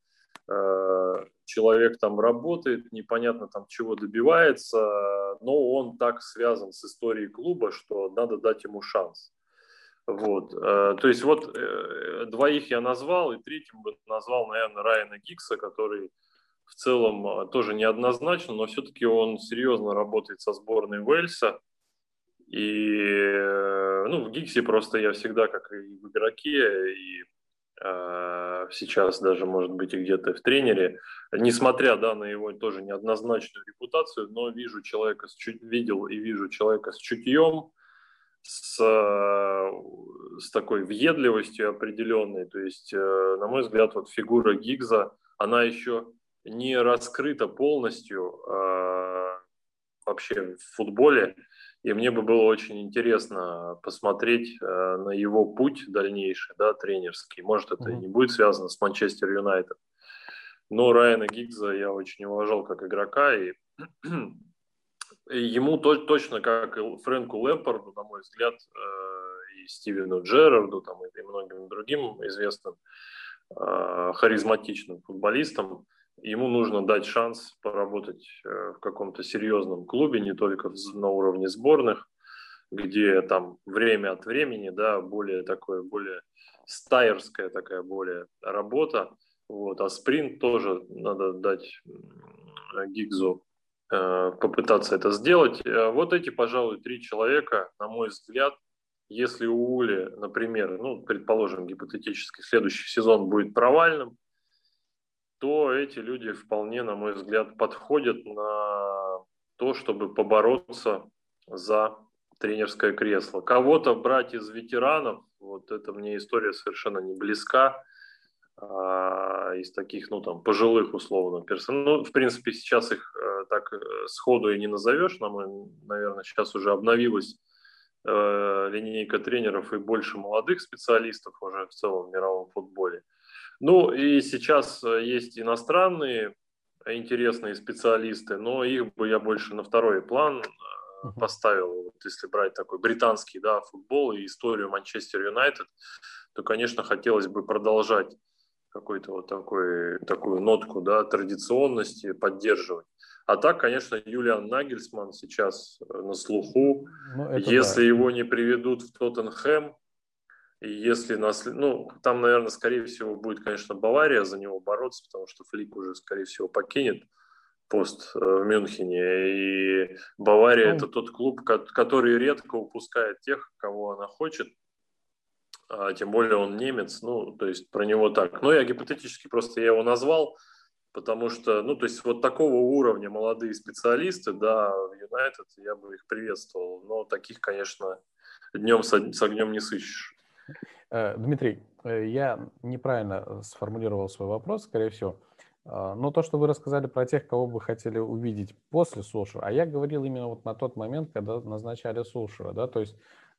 человек там работает, непонятно там чего добивается, но он так связан с историей клуба, что надо дать ему шанс. Вот. То есть вот двоих я назвал, и третьим бы назвал, наверное, Райана Гиггса, который в целом тоже неоднозначно, но все-таки он серьезно работает со сборной Уэльса. И ну, в Гиггсе просто я всегда, как и в игроке, и сейчас даже, может быть, и где-то в тренере, несмотря, да, на его тоже неоднозначную репутацию, но видел и вижу человека с чутьем, с такой въедливостью определенной. То есть, на мой взгляд, вот фигура Гиггса, она еще не раскрыта полностью вообще в футболе. И мне бы было очень интересно посмотреть на его путь дальнейший, да, тренерский. Может, это и не будет связано с Манчестер Юнайтед. Но Райана Гиггса я очень уважал как игрока. И ему точно, как и Фрэнку Лэмпарду, на мой взгляд, и Стивену Джерарду, там, и многим другим известным харизматичным футболистом. Ему нужно дать шанс поработать в каком-то серьезном клубе, не только на уровне сборных, где там время от времени, да, более стайерская такая более работа. Вот. А спринт тоже надо дать Гиггсу попытаться это сделать. Вот эти, пожалуй, 3 человека, на мой взгляд, если у Ули, например, ну, предположим, гипотетически, следующий сезон будет провальным, то эти люди вполне, на мой взгляд, подходят на то, чтобы побороться за тренерское кресло. Кого-то брать из ветеранов, вот это мне история совершенно не близка, из таких, ну, там, пожилых, условно, персон. Ну, в принципе, сейчас их так сходу и не назовешь, наверное, сейчас уже обновилась линейка тренеров и больше молодых специалистов уже в целом в мировом футболе. Ну, и сейчас есть иностранные интересные специалисты, но их бы я больше на второй план поставил. Вот если брать такой британский, да, футбол и историю Манчестер Юнайтед, то, конечно, хотелось бы продолжать какую-то вот такую нотку, да, традиционности поддерживать. А так, конечно, Юлиан Нагельсманн сейчас на слуху. Ну, это Если да. его не приведут в Тоттенхэм, и если ну, там, наверное, скорее всего, будет, конечно, Бавария за него бороться, потому что Флик уже, скорее всего, покинет пост в Мюнхене. И Бавария – это Ну, тот клуб, который редко упускает тех, кого она хочет. Тем более он немец, ну, то есть про него так. Но я гипотетически просто я его назвал, потому что, ну, то есть вот такого уровня молодые специалисты, да, в Юнайтед я бы их приветствовал. Но таких, конечно, днем с огнем не сыщешь. Дмитрий, я неправильно сформулировал свой вопрос, скорее всего. Но то, что вы рассказали про тех, кого бы хотели увидеть после Сулшера, а я говорил именно вот на тот момент, когда назначали Сулшера, да, то есть...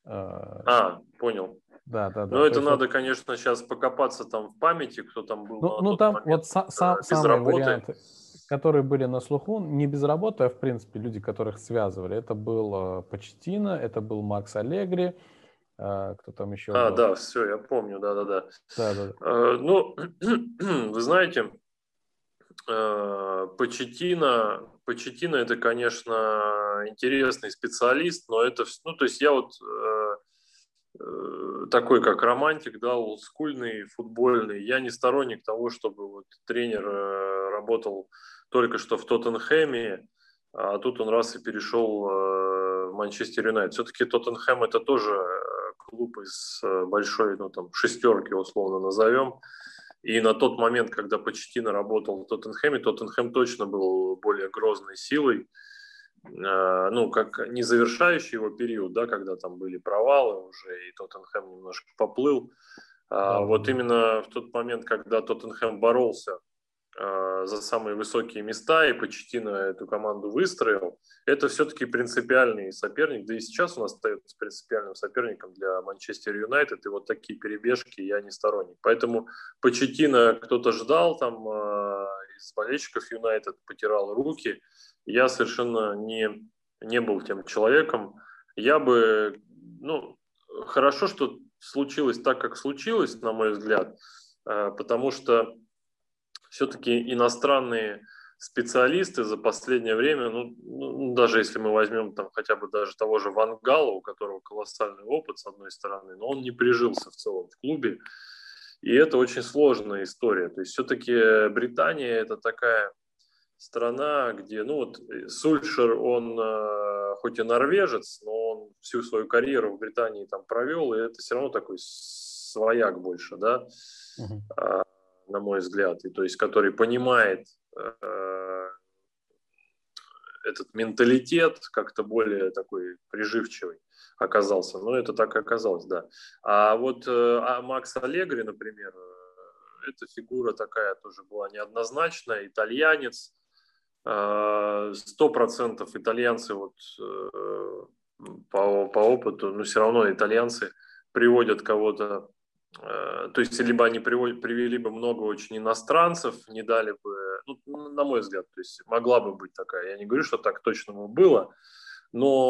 Понял. Да. Ну, То это есть надо, вот, конечно, сейчас покопаться там в памяти, кто там был на ну тот там момент вот без самые работы. варианты, которые были на слуху, не без работы, а в принципе люди, которых связывали. Это был Почеттино, это был Макс Аллегри, кто там еще был? Да, все, я помню, да. Да. Ну, вы знаете, Почеттино это, конечно, интересный специалист, но это, ну, то есть я вот такой как романтик, да, олдскульный, футбольный. Я не сторонник того, чтобы вот тренер работал только что в Тоттенхэме, а тут он раз и перешел в Манчестер Юнайтед. Все-таки Тоттенхэм это тоже клуб из большой, ну там, шестерки условно назовем. И на тот момент, когда Почеттино работал в Тоттенхэме, Тоттенхэм точно был более грозной силой, ну, как не завершающий его период, да, когда там были провалы уже, и Тоттенхэм немножко поплыл. Да. Вот именно в тот момент, когда Тоттенхэм боролся за самые высокие места, и Почеттино эту команду выстроил, это все-таки принципиальный соперник, да и сейчас он остается принципиальным соперником для Манчестер Юнайтед, и вот такие перебежки я не сторонник. Поэтому Почеттино кто-то ждал, там из болельщиков Юнайтед потирал руки, я совершенно не был тем человеком. Я бы, ну, хорошо, что случилось так, как случилось, на мой взгляд, потому что все-таки иностранные специалисты за последнее время, ну, даже если мы возьмем там хотя бы даже того же Ван Гала, у которого колоссальный опыт с одной стороны, но он не прижился в целом в клубе, и это очень сложная история. То есть все-таки Британия это такая страна, где, ну вот Сульшер, он хоть и норвежец, но он всю свою карьеру в Британии там провел, и это все равно такой свояк больше, да, Угу. на мой взгляд, и то есть который понимает этот менталитет как-то более такой приживчивый оказался. Ну, это так и оказалось, да. А вот Макс Аллегри, например, эта фигура такая тоже была неоднозначная, итальянец, 100% итальянцы вот по опыту, но все равно итальянцы приводят кого-то, то есть либо они привели бы много очень иностранцев, не дали бы, ну, на мой взгляд, то есть могла бы быть такая, я не говорю, что так точно бы было,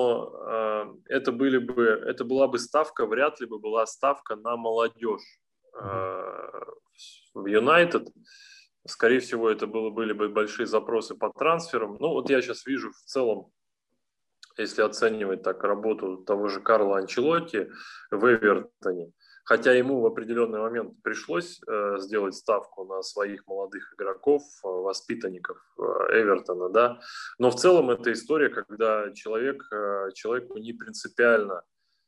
но это была бы ставка, вряд ли бы была ставка на молодежь в Юнайтед. Скорее всего, это были бы большие запросы по трансферам. Ну, вот я сейчас вижу в целом, если оценивать так работу того же Карла Анчелотти в Эвертоне, хотя ему в определенный момент пришлось сделать ставку на своих молодых игроков, воспитанников Эвертона, да, но в целом это история, когда человеку не принципиально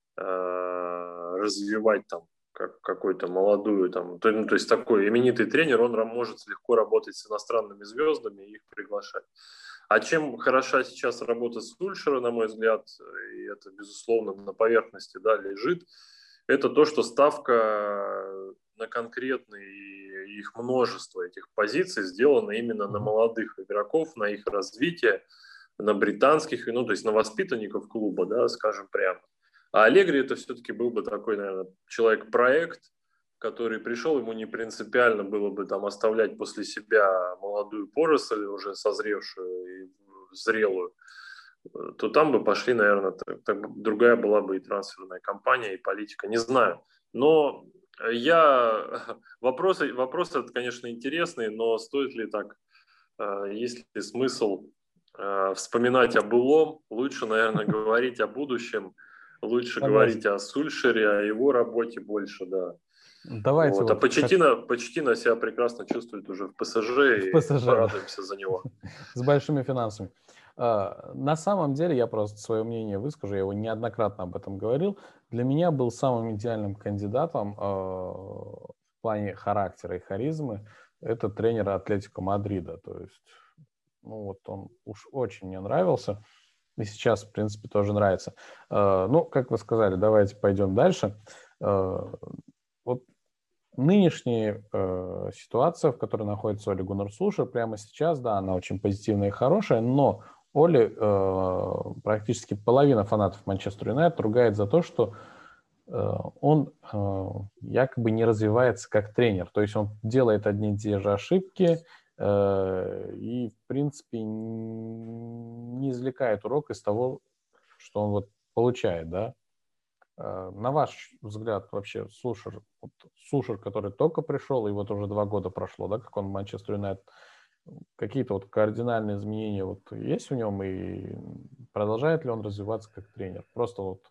развивать там какую-то молодую, там, то есть такой именитый тренер, он может легко работать с иностранными звездами и их приглашать. А чем хороша сейчас работа Сульшера, на мой взгляд, и это, безусловно, на поверхности, да, лежит, это то, что ставка на конкретные, их множество этих позиций сделана именно на молодых игроков, на их развитие, на британских, ну, то есть на воспитанников клуба, да, скажем прямо. А Аллегри это все-таки был бы такой, наверное, человек-проект, который пришел, ему не принципиально было бы там оставлять после себя молодую поросль, уже созревшую и зрелую, то там бы пошли, наверное, другая была бы и трансферная кампания, и политика, не знаю. Но вопрос этот, конечно, интересный, но стоит ли так, есть ли смысл вспоминать о былом, лучше, наверное, говорить о будущем, лучше говорить о Сульшере, о его работе больше, да. Давайте вот. А Почеттино себя прекрасно чувствует уже в ПСЖ, и порадуемся за него. С большими финансами. На самом деле, я просто свое мнение выскажу, я его неоднократно об этом говорил. Для меня был самым идеальным кандидатом в плане характера и харизмы это тренер Атлетико Мадрида. То есть, ну вот он уж очень мне нравился. И сейчас, в принципе, тоже нравится. Ну, как вы сказали, давайте пойдем дальше. Вот нынешняя ситуация, в которой находится Оли Гуннар Сульшер, прямо сейчас, да, она очень позитивная и хорошая, но Оли практически половина фанатов Манчестер Юнайтед ругает за то, что он якобы не развивается как тренер. То есть он делает одни и те же ошибки и, в принципе, не извлекает урок из того, что он вот получает, да. На ваш взгляд, вообще, Сульшер, который только пришел, и вот уже 2 года прошло, да, как он в Манчестер Юнайтед, какие-то вот кардинальные изменения вот есть в нем, и продолжает ли он развиваться как тренер? Просто вот.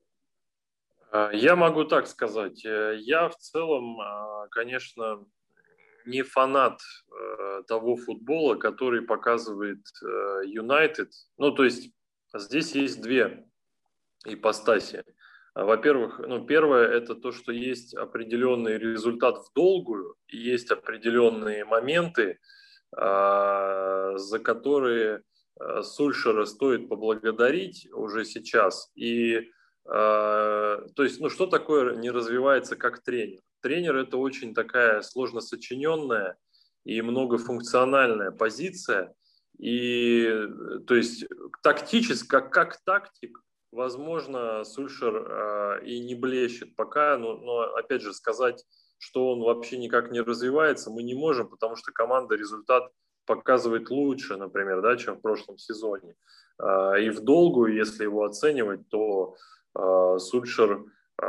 Я могу так сказать. Я в целом, конечно, не фанат того футбола, который показывает Юнайтед. Ну, то есть здесь есть две ипостаси. Во-первых, первое – это то, что есть определенный результат в долгую, и есть определенные моменты, за которые Сульшера стоит поблагодарить уже сейчас. И, то есть, что такое не развивается как тренер? Тренер – это очень такая сложно сочиненная и многофункциональная позиция. И, то есть, тактически, как тактик, возможно, Сульшер и не блещет пока, но опять же сказать, что он вообще никак не развивается, мы не можем, потому что команда результат показывает лучше, например, да, чем в прошлом сезоне. И в долгую, если его оценивать, то Сульшер,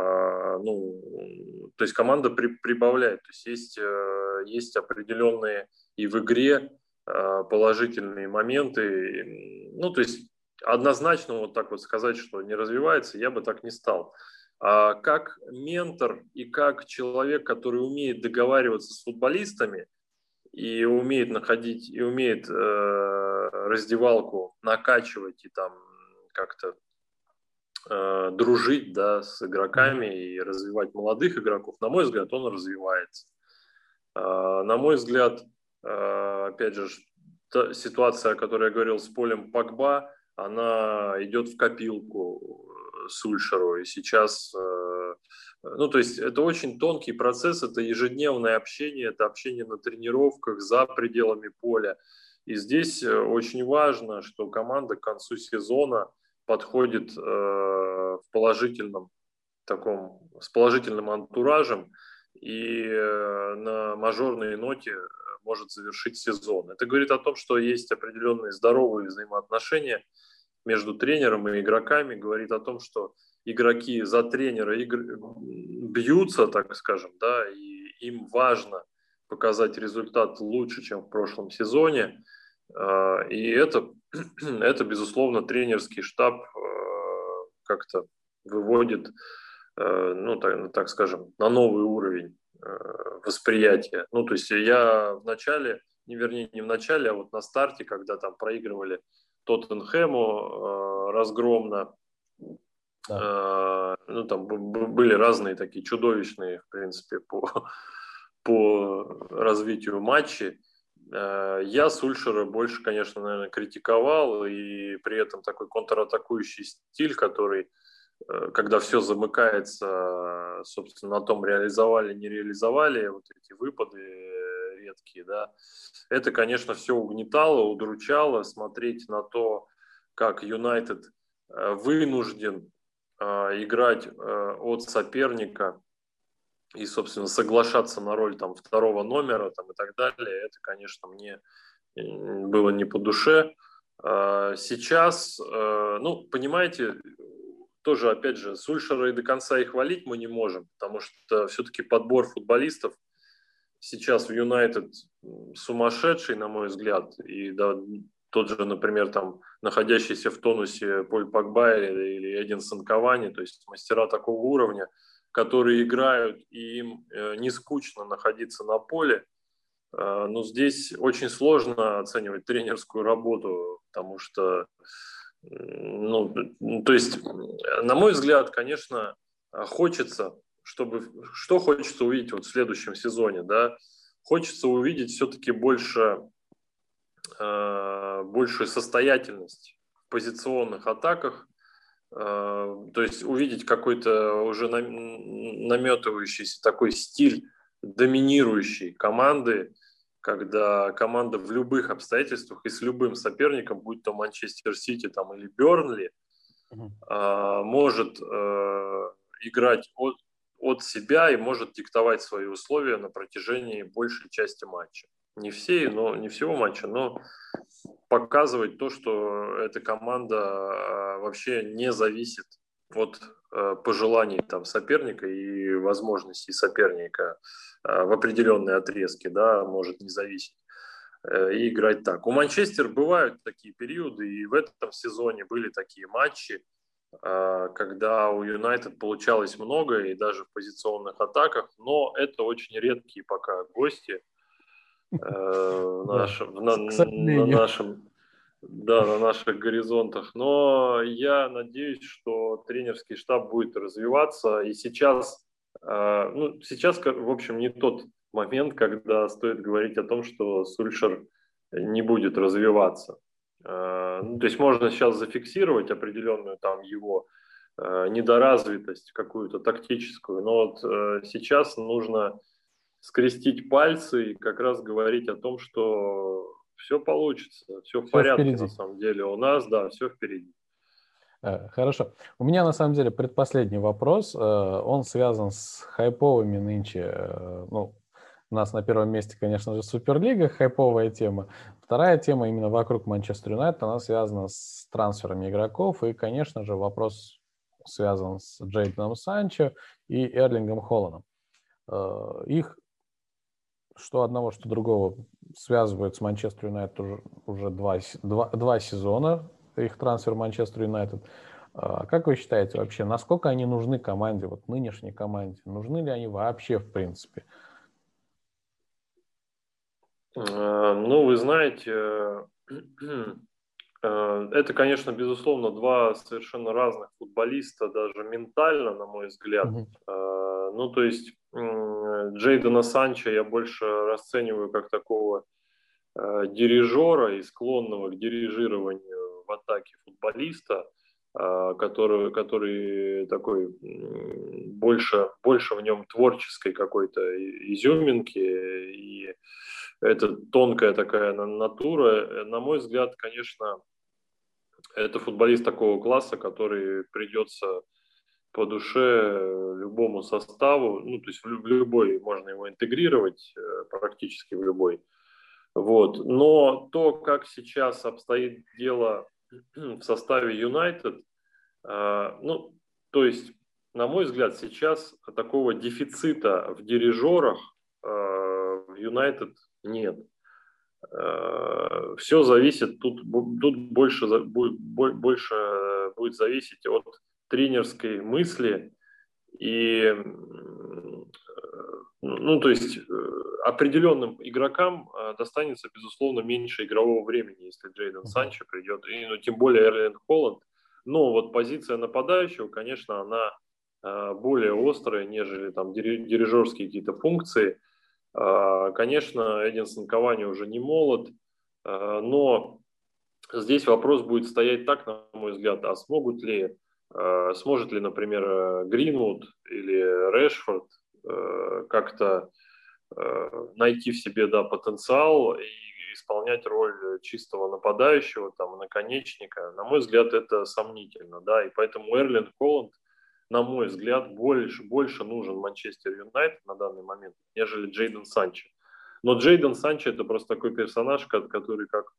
то есть команда прибавляет, то есть есть определенные и в игре положительные моменты, то есть однозначно вот так вот сказать, что не развивается, я бы так не стал. А как ментор и как человек, который умеет договариваться с футболистами и умеет находить, и умеет раздевалку накачивать и там как-то дружить, да, с игроками и развивать молодых игроков, на мой взгляд, он развивается. На мой взгляд, опять же, та ситуация, о которой я говорил с Полем Погба, она идет в копилку Сульшеру. И сейчас, то есть это очень тонкий процесс, это ежедневное общение, это общение на тренировках за пределами поля. И здесь очень важно, что команда к концу сезона подходит с положительным антуражем и на мажорной ноте может завершить сезон. Это говорит о том, что есть определенные здоровые взаимоотношения между тренером и игроками, говорит о том, что игроки за тренера бьются, так скажем, да, и им важно показать результат лучше, чем в прошлом сезоне. И это, безусловно, тренерский штаб как-то выводит, ну, так скажем, на новый уровень восприятия. Ну, то есть я в начале, вернее, не в начале, а вот на старте, когда там проигрывали Тоттенхэму разгромно, Да. ну, там были разные такие чудовищные, в принципе, по развитию матчей. Я Сульшера больше, конечно, наверное, критиковал, и при этом такой контратакующий стиль, который, когда все замыкается, собственно, на том, реализовали, не реализовали, вот эти выпады редкие, да, это, конечно, все угнетало, удручало, смотреть на то, как Юнайтед вынужден играть от соперника и, собственно, соглашаться на роль там второго номера там, и так далее, это, конечно, мне было не по душе. Сейчас, ну, понимаете, тоже, опять же, Сульшера и до конца и хвалить мы не можем, потому что все-таки подбор футболистов сейчас в Юнайтед сумасшедший, на мой взгляд, и да, тот же, например, там, находящийся в тонусе Поль Погба или Эдинсон Кавани, то есть мастера такого уровня, которые играют, и им не скучно находиться на поле. Но здесь очень сложно оценивать тренерскую работу, потому что, ну, то есть, на мой взгляд, конечно, хочется, что хочется увидеть вот в следующем сезоне, да, хочется увидеть все-таки большую состоятельность в позиционных атаках, то есть увидеть какой-то уже наметывающийся такой стиль доминирующей команды, когда команда в любых обстоятельствах и с любым соперником, будь то Манчестер Сити там, или Бернли, может играть от себя и может диктовать свои условия на протяжении большей части матча. Не всего матча, но показывать то, что эта команда вообще не зависит от пожеланий там, соперника и возможностей соперника в определенные отрезки, да, может не зависеть и играть так. У Манчестер бывают такие периоды, и в этом сезоне были такие матчи, когда у Юнайтед получалось много, и даже в позиционных атаках, но это очень редкие пока гости Да, на к сожалению. нашем, да, на наших горизонтах. Но я надеюсь, что тренерский штаб будет развиваться, и сейчас, ну, сейчас, в общем, не тот момент, когда стоит говорить о том, что Сульшер не будет развиваться. Ну, то есть можно сейчас зафиксировать определенную там его недоразвитость какую-то тактическую, но вот сейчас нужно скрестить пальцы и как раз говорить о том, что все получится, все в Все порядке на впереди. самом деле у нас, да, все впереди. Хорошо. У меня на самом деле предпоследний вопрос. Он связан с хайповыми нынче. Ну, у нас на первом месте, конечно же, Суперлига, хайповая тема. Вторая тема именно вокруг Манчестер Юнайтед, она связана с трансферами игроков. И, конечно же, вопрос связан с Джейденом Санчо и Эрлингом Холландом. Их что одного, что другого связывают с Манчестер Юнайтед уже два сезона, их трансфер в Манчестер Юнайтед. Как вы считаете вообще, насколько они нужны команде, вот нынешней команде? Нужны ли они вообще в принципе? Ну, вы знаете, это, конечно, безусловно, два совершенно разных футболиста, даже ментально, на мой взгляд. Мгм. Ну, то есть Джейдена Санчо я больше расцениваю как такого дирижера и склонного к дирижированию в атаке футболиста, который такой больше в нем творческой какой-то изюминки, и это тонкая такая натура. На мой взгляд, конечно, это футболист такого класса, который придется по душе любому составу, ну, то есть в любой можно его интегрировать, практически в любой. Вот. Но то, как сейчас обстоит дело в составе Юнайтед, ну, то есть, на мой взгляд, сейчас такого дефицита в дирижерах в Юнайтед нет. Все зависит, тут больше будет зависеть от тренерской мысли и, ну, то есть определенным игрокам достанется, безусловно, меньше игрового времени, если Джейден Санчо придет, и, ну, тем более Эрлинг Холланд. Но вот позиция нападающего, конечно, она более острая, нежели там дирижерские какие-то функции. Конечно, Эдинсон Кавани уже не молод, но здесь вопрос будет стоять так, на мой взгляд, а сможет ли, например, Гринвуд или Решфорд как-то найти в себе, да, потенциал и исполнять роль чистого нападающего, там, наконечника. На мой взгляд, это сомнительно, да, и поэтому Эрлинг Холланд, на мой взгляд, больше нужен Манчестер Юнайтед на данный момент, нежели Джейден Санчо. Но Джейден Санчо – это просто такой персонаж, который как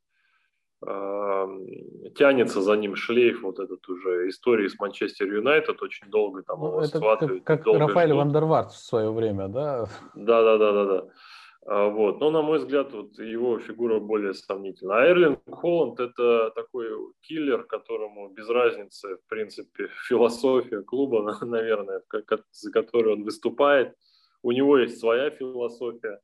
тянется за ним шлейф вот этот уже истории с Манчестер Юнайтед, очень долго там его Это схватывают, как долго Рафаэль ждут. Ван дер Варт в свое время, да? Да. Вот. Но, на мой взгляд, вот его фигура более сомнительна. А Эрлинг Холланд – это такой киллер, которому без разницы, в принципе, философия клуба, наверное, за которую он выступает. У него есть своя философия,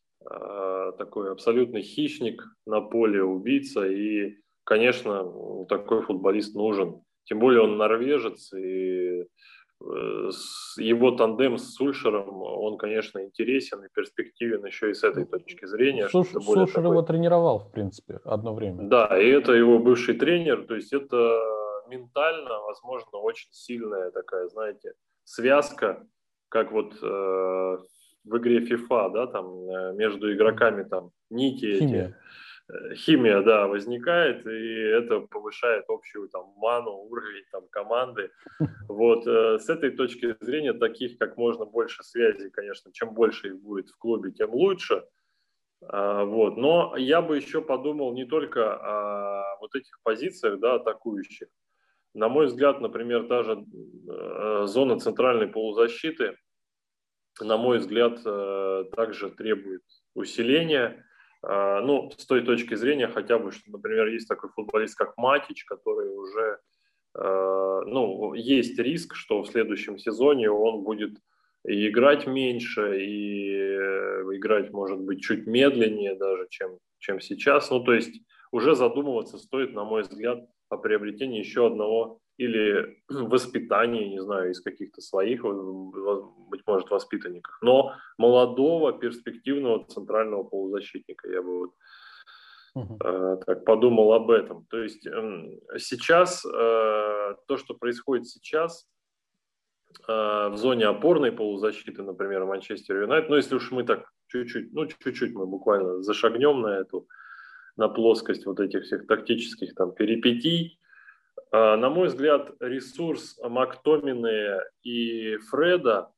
такой абсолютный хищник на поле, убийца. И, конечно, такой футболист нужен. Тем более он норвежец, и его тандем с Сульшером, он, конечно, интересен и перспективен еще и с этой точки зрения. Сульшер его тренировал, в принципе, одно время. Да, и это его бывший тренер, то есть это ментально, возможно, очень сильная такая, знаете, связка, как вот в игре FIFA, да, там между игроками там нити Химия. Химия, да, возникает, и это повышает общую там ману, уровень там команды. Вот с этой точки зрения таких как можно больше связей, конечно, чем больше их будет в клубе, тем лучше. Вот. Но я бы еще подумал не только о вот этих позициях, да, атакующих. На мой взгляд, например, та же зона центральной полузащиты, на мой взгляд, также требует усиления. Ну, с той точки зрения хотя бы, что, например, есть такой футболист, как Матич, который уже, ну, есть риск, что в следующем сезоне он будет и играть меньше, и играть, может быть, чуть медленнее даже, чем сейчас. Ну, то есть уже задумываться стоит, на мой взгляд, о приобретении еще одного или воспитании, не знаю, из каких-то своих, быть может, воспитанников, но молодого, перспективного центрального полузащитника. Я бы вот так подумал об этом. То есть сейчас, то, что происходит сейчас в зоне опорной полузащиты, например, Манчестер Юнайтед, ну, если уж мы так чуть-чуть мы буквально зашагнем на плоскость вот этих всех тактических там перипетий, на мой взгляд, ресурс Мактомине и Фреда,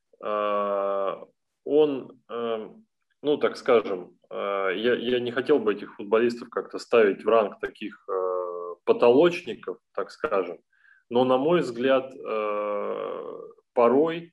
он, ну, так скажем, я не хотел бы этих футболистов как-то ставить в ранг таких потолочников, так скажем, но, на мой взгляд, порой,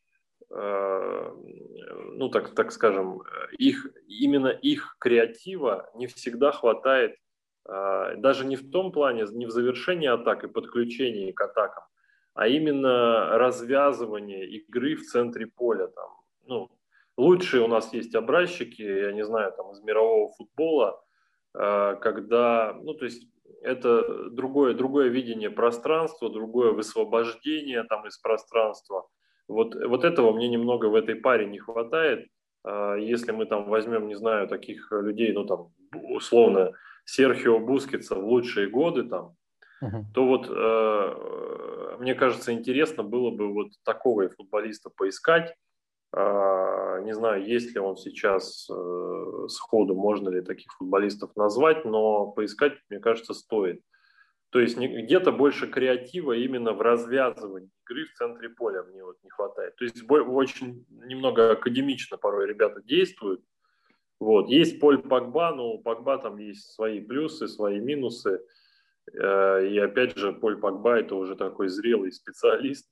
ну, так скажем, именно их креатива не всегда хватает, даже не в том плане, не в завершении атак и подключении к атакам, а именно развязывание игры в центре поля. Там, ну, лучшие у нас есть образчики, я не знаю, там, из мирового футбола, когда, ну, то есть это другое видение пространства, другое высвобождение там из пространства. Вот этого мне немного в этой паре не хватает. Если мы там возьмем, не знаю, таких людей, ну, там, условно, Серхио Бускетса в лучшие годы, там, то вот, мне кажется, интересно было бы вот такого футболиста поискать. Не знаю, есть ли он сейчас сходу, можно ли таких футболистов назвать, но поискать, мне кажется, стоит. То есть где-то больше креатива именно в развязывании игры в центре поля мне вот не хватает. То есть очень немного академично порой ребята действуют. Вот. Есть Поль Погба, но у Погба там есть свои плюсы, свои минусы. И опять же, Поль Погба – это уже такой зрелый специалист.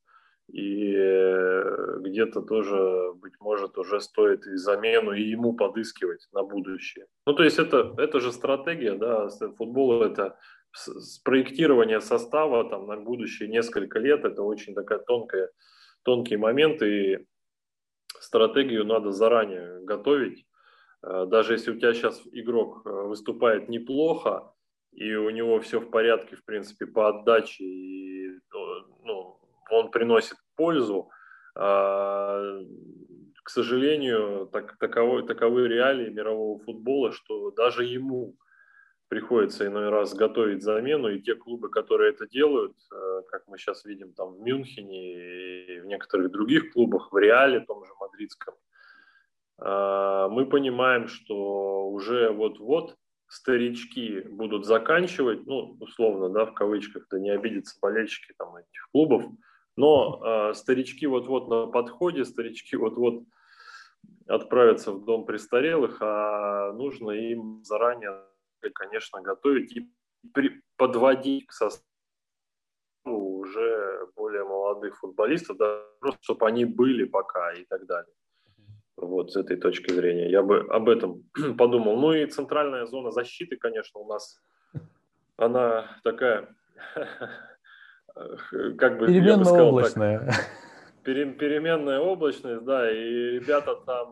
И где-то тоже, быть может, уже стоит и замену, и ему подыскивать на будущее. Ну, то есть это же стратегия, да, футбол – это спроектирование состава там, на будущее несколько лет, это очень такая тонкий момент, и стратегию надо заранее готовить. Даже если у тебя сейчас игрок выступает неплохо, и у него все в порядке, в принципе, по отдаче, и ну, он приносит пользу, к сожалению, таковы реалии мирового футбола, что даже ему приходится иной раз готовить замену, и те клубы, которые это делают, как мы сейчас видим там в Мюнхене и в некоторых других клубах, в Реале, том же мадридском, мы понимаем, что уже вот-вот старички будут заканчивать, ну, условно, да, в кавычках, да не обидятся болельщики там этих клубов, но старички вот-вот на подходе, старички вот-вот отправятся в дом престарелых, а нужно им заранее, конечно, готовить и подводить к составу уже более молодых футболистов, да, просто чтобы они были пока и так далее. Вот с этой точки зрения. Я бы об этом подумал. Ну и центральная зона защиты, конечно, у нас, она такая, как бы я бы сказал так, Переменно-облачная. переменная облачность, да, и ребята там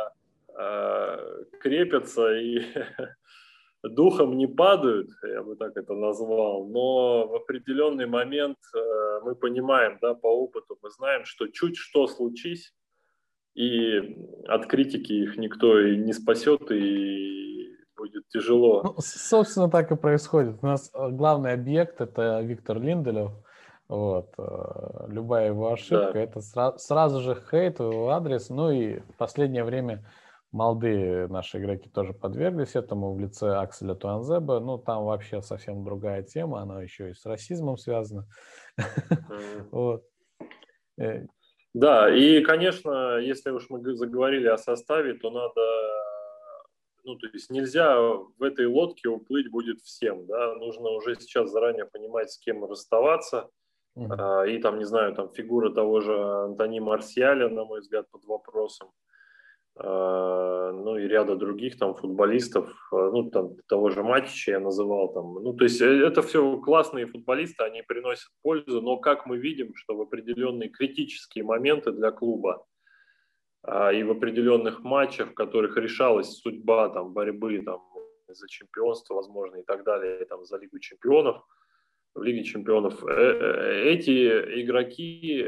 крепятся и духом не падают, я бы так это назвал, но в определенный момент мы понимаем, да, по опыту, мы знаем, что чуть что случись, и от критики их никто и не спасет, и будет тяжело. Ну, собственно, так и происходит. У нас главный объект – это Виктор Линделев. Вот. Любая его ошибка – Да. это сразу же хейт в его адрес. Ну и в последнее время молодые наши игроки тоже подверглись этому в лице Акселя Туанзеба. Ну, там вообще совсем другая тема, она еще и с расизмом связана. Вот. Да, и, конечно, если уж мы заговорили о составе, то надо, ну, то есть нельзя в этой лодке уплыть будет всем, да, нужно уже сейчас заранее понимать, с кем расставаться, и там, не знаю, там фигура того же Антони Марсиаля, на мой взгляд, под вопросом, ну и ряда других там футболистов, ну там того же Матича я называл там, ну то есть это все классные футболисты, они приносят пользу, но как мы видим, что в определенные критические моменты для клуба и в определенных матчах, в которых решалась судьба там борьбы там за чемпионство, возможно, и так далее, там за Лигу чемпионов, в Лиге чемпионов, эти игроки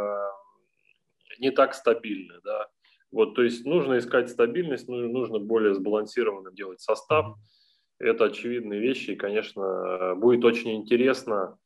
не так стабильны, да. Вот, то есть нужно искать стабильность, нужно более сбалансированно делать состав. Это очевидные вещи, и, конечно, будет очень интересно,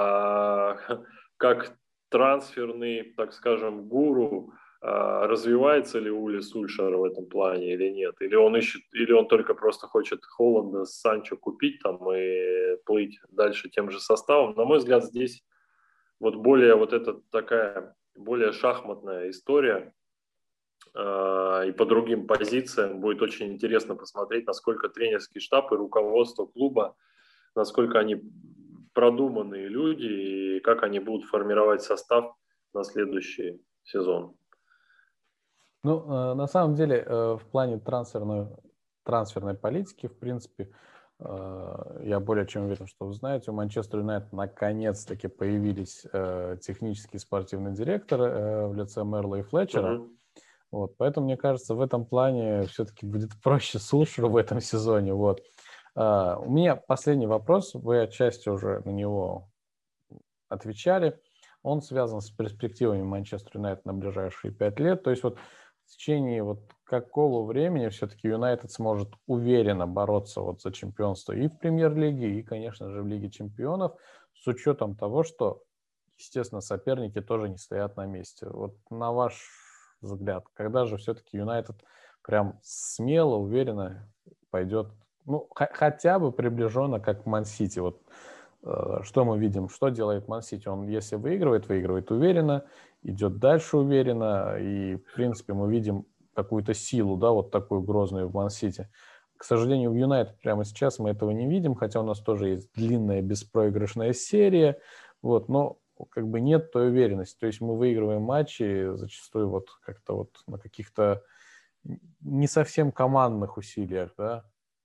как трансферный, так скажем, гуру, развивается ли Ули Сульшер в этом плане или нет, или он ищет, или он только просто хочет Холланда с Санчо купить там и плыть дальше тем же составом. На мой взгляд, здесь вот более вот эта такая более шахматная история, и по другим позициям будет очень интересно посмотреть, насколько тренерский штаб и руководство клуба, насколько они продуманные люди и как они будут формировать состав на следующий сезон. Ну, на самом деле, в плане трансферной политики, в принципе, я более чем уверен, что вы знаете, у Манчестер Юнайтед наконец-таки появились технический спортивный директор в лице Мерла и Флетчера. Вот, поэтому, мне кажется, в этом плане все-таки будет проще Сульшеру в этом сезоне. Вот. У меня последний вопрос, вы отчасти уже на него отвечали. Он связан с перспективами Манчестер Юнайтед на ближайшие 5 лет. То есть вот в течение вот какого времени все-таки Юнайтед сможет уверенно бороться вот за чемпионство и в Премьер-лиге, и, конечно же, в Лиге чемпионов, с учетом того, что, естественно, соперники тоже не стоят на месте. Вот на ваш взгляд, когда же все-таки Юнайтед прям смело, уверенно пойдет, ну, хотя бы приближенно, как Ман-Сити. Вот что мы видим, что делает Ман-Сити? Он, если выигрывает уверенно, идет дальше уверенно, и, в принципе, мы видим какую-то силу, да, вот такую грозную в Ман-Сити. К сожалению, в Юнайтед прямо сейчас мы этого не видим, хотя у нас тоже есть длинная беспроигрышная серия, вот, но как бы нет той уверенности. То есть мы выигрываем матчи зачастую вот как-то вот на каких-то не совсем командных усилиях, да?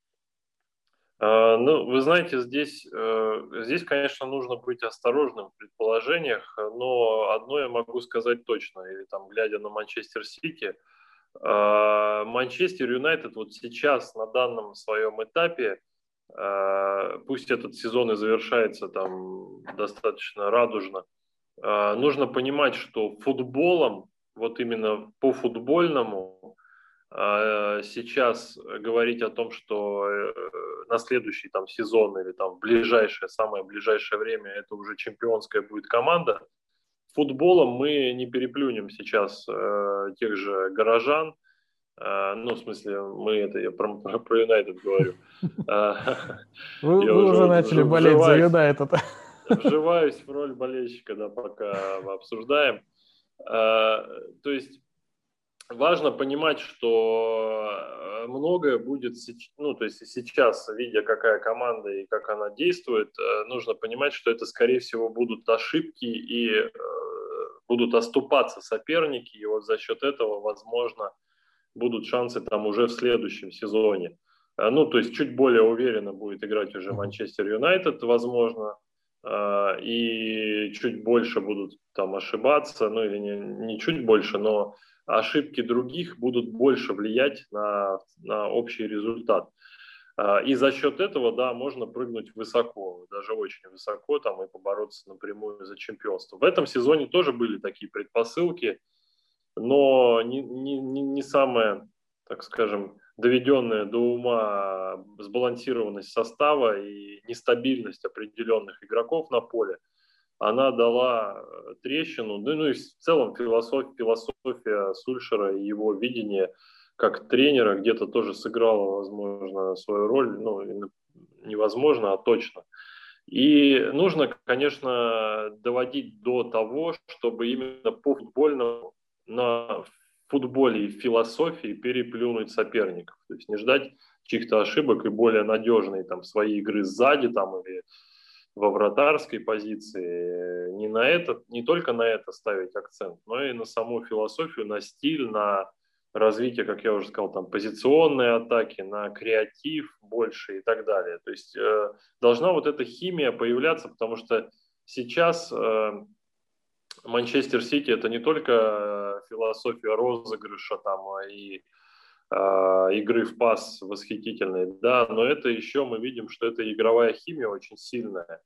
Ну, вы знаете, здесь, конечно, нужно быть осторожным в предположениях, но одно я могу сказать точно, или там, глядя на Манчестер Сити, Манчестер Юнайтед вот сейчас на данном своем этапе, пусть этот сезон и завершается там достаточно радужно, нужно понимать, что футболом, вот именно по футбольному, сейчас говорить о том, что на следующий там сезон или там в ближайшее, самое ближайшее время это уже чемпионская будет команда, футболом мы не переплюнем сейчас тех же горожан. Ну, в смысле, я про Юнайтед говорю. Я Вы уже уже вот начали болеть за Юнайтед. вживаюсь в роль болельщика, да, пока обсуждаем. То есть важно понимать, что многое будет, ну, то есть сейчас, видя, какая команда и как она действует, нужно понимать, что это, скорее всего, будут ошибки и будут оступаться соперники, и вот за счет этого, возможно, будут шансы там уже в следующем сезоне. Ну, то есть чуть более уверенно будет играть уже Манчестер Юнайтед, возможно, и чуть больше будут там ошибаться, ну или не чуть больше, но ошибки других будут больше влиять на общий результат. И за счет этого, да, можно прыгнуть высоко, даже очень высоко, там, и побороться напрямую за чемпионство. В этом сезоне тоже были такие предпосылки, но не самая, так скажем, доведенная до ума сбалансированность состава и нестабильность определенных игроков на поле, она дала трещину. Ну и в целом философия Сульшера и его видение как тренера где-то тоже сыграла, возможно, свою роль. Ну, невозможно, а точно. И нужно, конечно, доводить до того, чтобы именно по футбольному на футболе и философии переплюнуть соперников. То есть не ждать чьих-то ошибок и более надежной там, своей игры сзади там, или во вратарской позиции. Не только на это ставить акцент, но и на саму философию, на стиль, на развитие, как я уже сказал, там, позиционной атаки, на креатив больше и так далее. То есть должна вот эта химия появляться, потому что сейчас Манчестер Сити это не только философия розыгрыша там, и игры в пас восхитительной, да, но это еще мы видим, что это игровая химия очень сильная.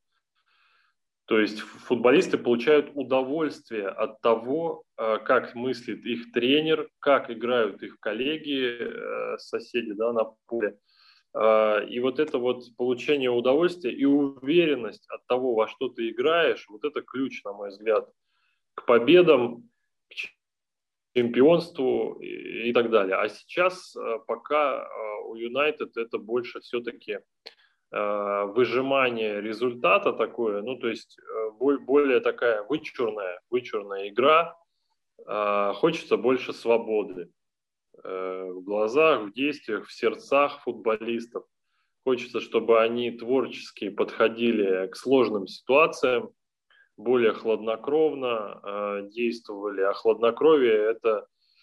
То есть футболисты получают удовольствие от того, как мыслит их тренер, как играют их коллеги, соседи, да, на поле. И вот это вот получение удовольствия и уверенность от того, во что ты играешь, вот это ключ, на мой взгляд, к победам, к чемпионству и так далее. А сейчас пока у Юнайтед это больше все-таки выжимание результата такое, ну то есть более такая вычурная игра, хочется больше свободы в глазах, в действиях, в сердцах футболистов. Хочется, чтобы они творчески подходили к сложным ситуациям, более хладнокровно действовали. А хладнокровие – это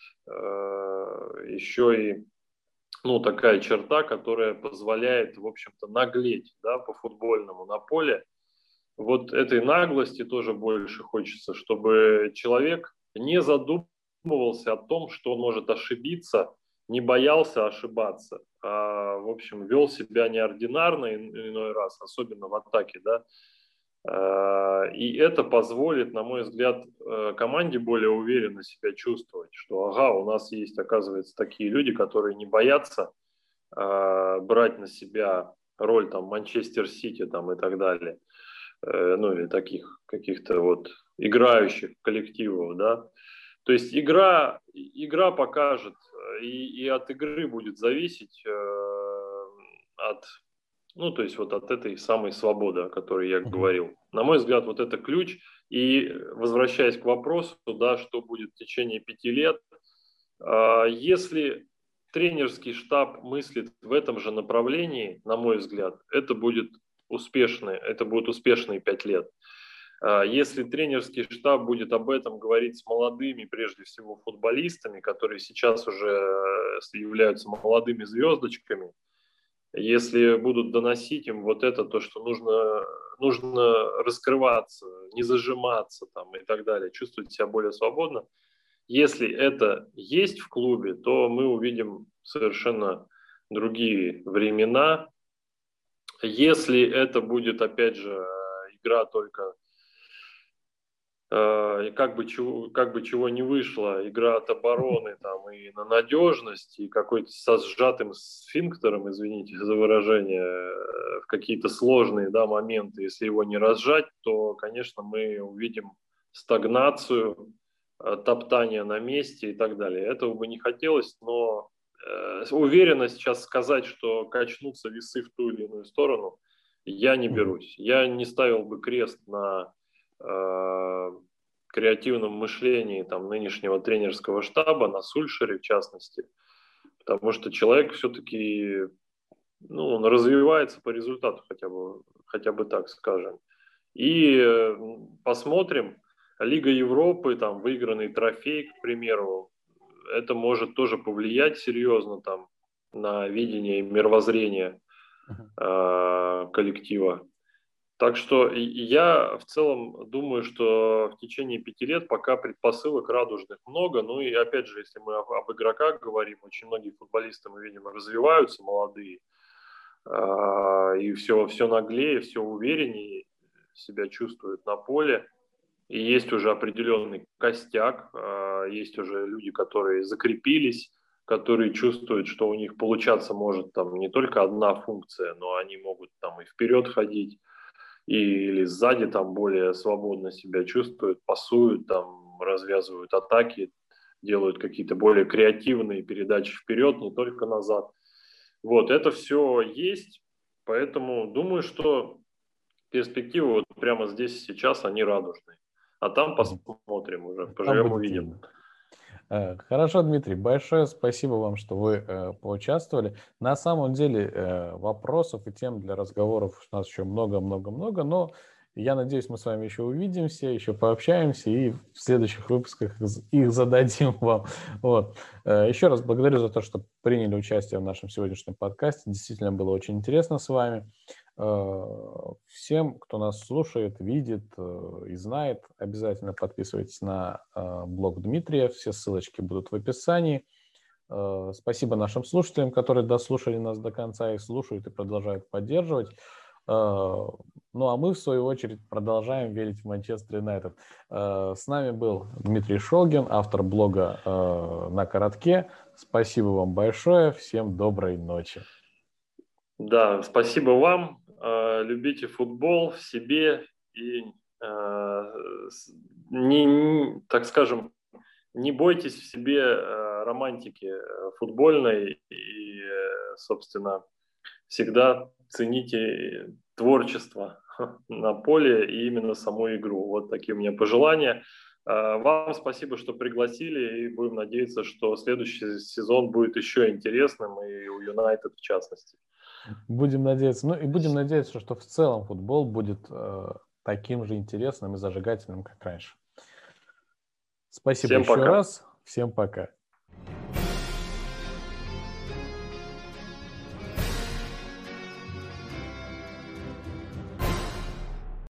еще и такая черта, которая позволяет, в общем-то, наглеть, да, по-футбольному на поле. Вот этой наглости тоже больше хочется, чтобы человек не задумывался о том, что он может ошибиться, не боялся ошибаться, а, в общем, вел себя неординарно иной раз, особенно в атаке, да. И это позволит, на мой взгляд, команде более уверенно себя чувствовать, что ага, у нас есть, оказывается, такие люди, которые не боятся брать на себя роль там Манчестер Сити там и так далее, ну или таких каких-то вот играющих коллективов, да. То есть игра покажет, и от игры будет зависеть то есть вот от этой самой свободы, о которой я говорил. На мой взгляд, вот это ключ. И возвращаясь к вопросу, да, что будет в течение 5 лет, если тренерский штаб мыслит в этом же направлении, на мой взгляд, это будут успешные 5 лет. Если тренерский штаб будет об этом говорить с молодыми, прежде всего, футболистами, которые сейчас уже являются молодыми звездочками, если будут доносить им вот это, то, что нужно раскрываться, не зажиматься там, и так далее, чувствовать себя более свободно, если это есть в клубе, то мы увидим совершенно другие времена. Если это будет, опять же, игра только, как бы чего не вышло, игра от обороны там, и на надежность, и какой-то со сжатым сфинктером, извините за выражение, в какие-то сложные, да, моменты, если его не разжать, то, конечно, мы увидим стагнацию, топтание на месте и так далее. Этого бы не хотелось, но уверенно сейчас сказать, что качнутся весы в ту или иную сторону, я не берусь. Я не ставил бы крест на креативном мышлении там, нынешнего тренерского штаба, на Сульшере в частности, потому что человек все-таки, ну, он развивается по результату, хотя бы так скажем. И посмотрим, Лига Европы, там, выигранный трофей, к примеру, это может тоже повлиять серьезно там, на видение и мировоззрение коллектива. Так что я в целом думаю, что в течение 5 лет пока предпосылок радужных много. Ну и опять же, если мы об игроках говорим, очень многие футболисты, мы видим, развиваются, молодые, и все наглее, все увереннее себя чувствуют на поле. И есть уже определенный костяк, есть уже люди, которые закрепились, которые чувствуют, что у них получаться может там не только одна функция, но они могут там и вперед ходить, или сзади там более свободно себя чувствуют, пасуют, там развязывают атаки, делают какие-то более креативные передачи вперед, не только назад. Вот, это все есть, поэтому думаю, что перспективы вот прямо здесь и сейчас, они радужные. А там посмотрим уже, Там поживем, будет увидим. видно. Хорошо, Дмитрий, большое спасибо вам, что вы поучаствовали. На самом деле вопросов и тем для разговоров у нас еще много-много-много, но я надеюсь, мы с вами еще увидимся, еще пообщаемся и в следующих выпусках их зададим вам. Вот. Еще раз благодарю за то, что приняли участие в нашем сегодняшнем подкасте. Действительно было очень интересно с вами. Всем, кто нас слушает, видит и знает, обязательно подписывайтесь на блог Дмитрия. Все ссылочки будут в описании. Спасибо нашим слушателям, которые дослушали нас до конца и слушают и продолжают поддерживать. Ну а мы, в свою очередь, продолжаем верить в Манчестер Юнайтед. С нами был Дмитрий Шолгин, автор блога «На коротке». Спасибо вам большое. Всем доброй ночи. Да, спасибо вам. Любите футбол в себе и, так скажем, не бойтесь в себе романтики футбольной и, собственно, всегда цените творчество на поле и именно саму игру. Вот такие у меня пожелания. Вам спасибо, что пригласили, и будем надеяться, что следующий сезон будет еще интересным, и у Юнайтед в частности. Будем надеяться. Ну и будем надеяться, что в целом футбол будет таким же интересным и зажигательным, как раньше. Спасибо Всем еще пока. раз. Всем пока.